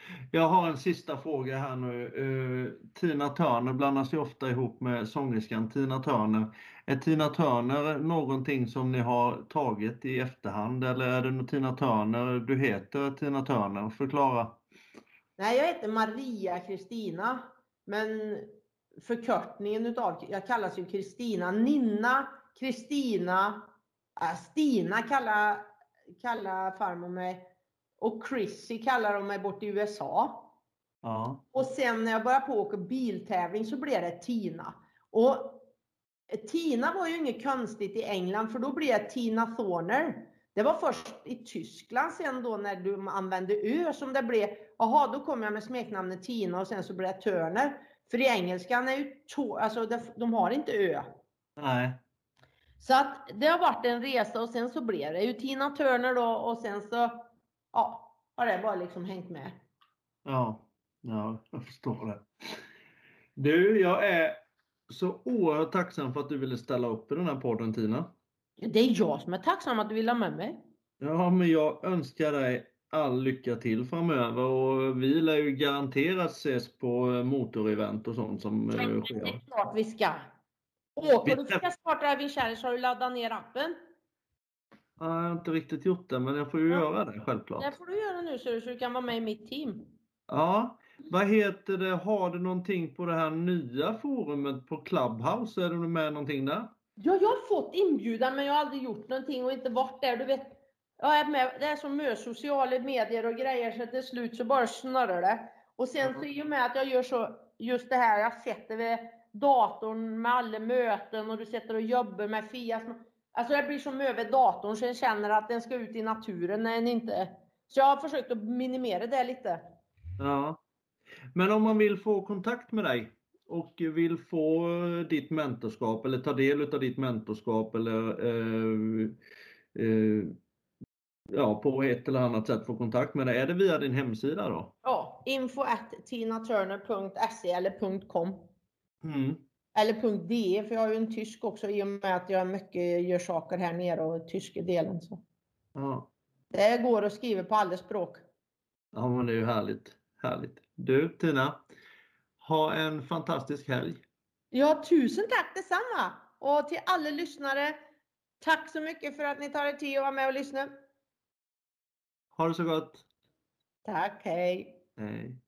Jag har en sista fråga här nu. Tina Turner blandas ju ofta ihop med sångerskan Tina Turner. Är Tina Turner någonting som ni har tagit i efterhand, eller är det nog Tina Turner du heter, Tina Turner? Förklara. Nej, jag heter Maria Kristina. Men förkortningen jag kallas ju Kristina. Nina, Kristina, Stina kallar farmor mig. Och Chrissy kallar de mig bort i USA. Ja. Och sen när jag började på åka biltävling så blev det Tina. Och Tina var ju inget konstigt i England, för då blev det Tina Turner. Det var först i Tyskland sen då när du använde ö som det blev. Jaha, då kom jag med smeknamnet Tina och sen så blev det Turner. För i engelskan är ju alltså de har inte ö. Nej. Så att det har varit en resa och sen så blev det ju Tina Turner då och sen så har det bara liksom hängt med. Ja, jag förstår det. Du, jag är så oerhört tacksam för att du ville ställa upp i den här podden, Tina. Det är jag som är tacksam att du vill ha med mig. Ja, men jag önskar dig all lycka till framöver, och vi lär ju garanterat ses på motorevent och sånt som Det är sker. klart vi ska. Åker du ska starta Driving Challenge har du laddat ner appen. Jag har inte riktigt gjort det, men jag får ju göra det självklart. Det får du göra nu så du kan vara med i mitt team. Ja, vad heter det? Har du någonting på det här nya forumet på Clubhouse? Är du med någonting där? Ja, jag har fått inbjudan men jag har aldrig gjort någonting och inte varit där. Du vet, jag är med, det är som med sociala medier och grejer så till slut så bara snurrar det. Och sen så i och med att jag gör så, just det här, jag sätter vid datorn med alla möten och du sätter och jobbar med Fias. Alltså det blir som över datorn så jag känner att den ska ut i naturen när den inte. Så jag har försökt att minimera det lite. Ja. Men om man vill få kontakt med dig och vill få ditt mentorskap eller ta del av ditt mentorskap eller på ett eller annat sätt få kontakt med dig, är det via din hemsida då? Ja, info@tinaturner.se eller .com. Mm. Eller .de, för jag har ju en tysk också i och med att jag gör saker här nere och tyska delen. Så. Ja. Det går att skriva på alla språk. Ja, men det är ju härligt. Du, Tina, ha en fantastisk helg. Ja, tusen tack detsamma. Och till alla lyssnare, tack så mycket för att ni tar er tid att vara med och lyssna. Ha det så gott. Tack, hej. Hej.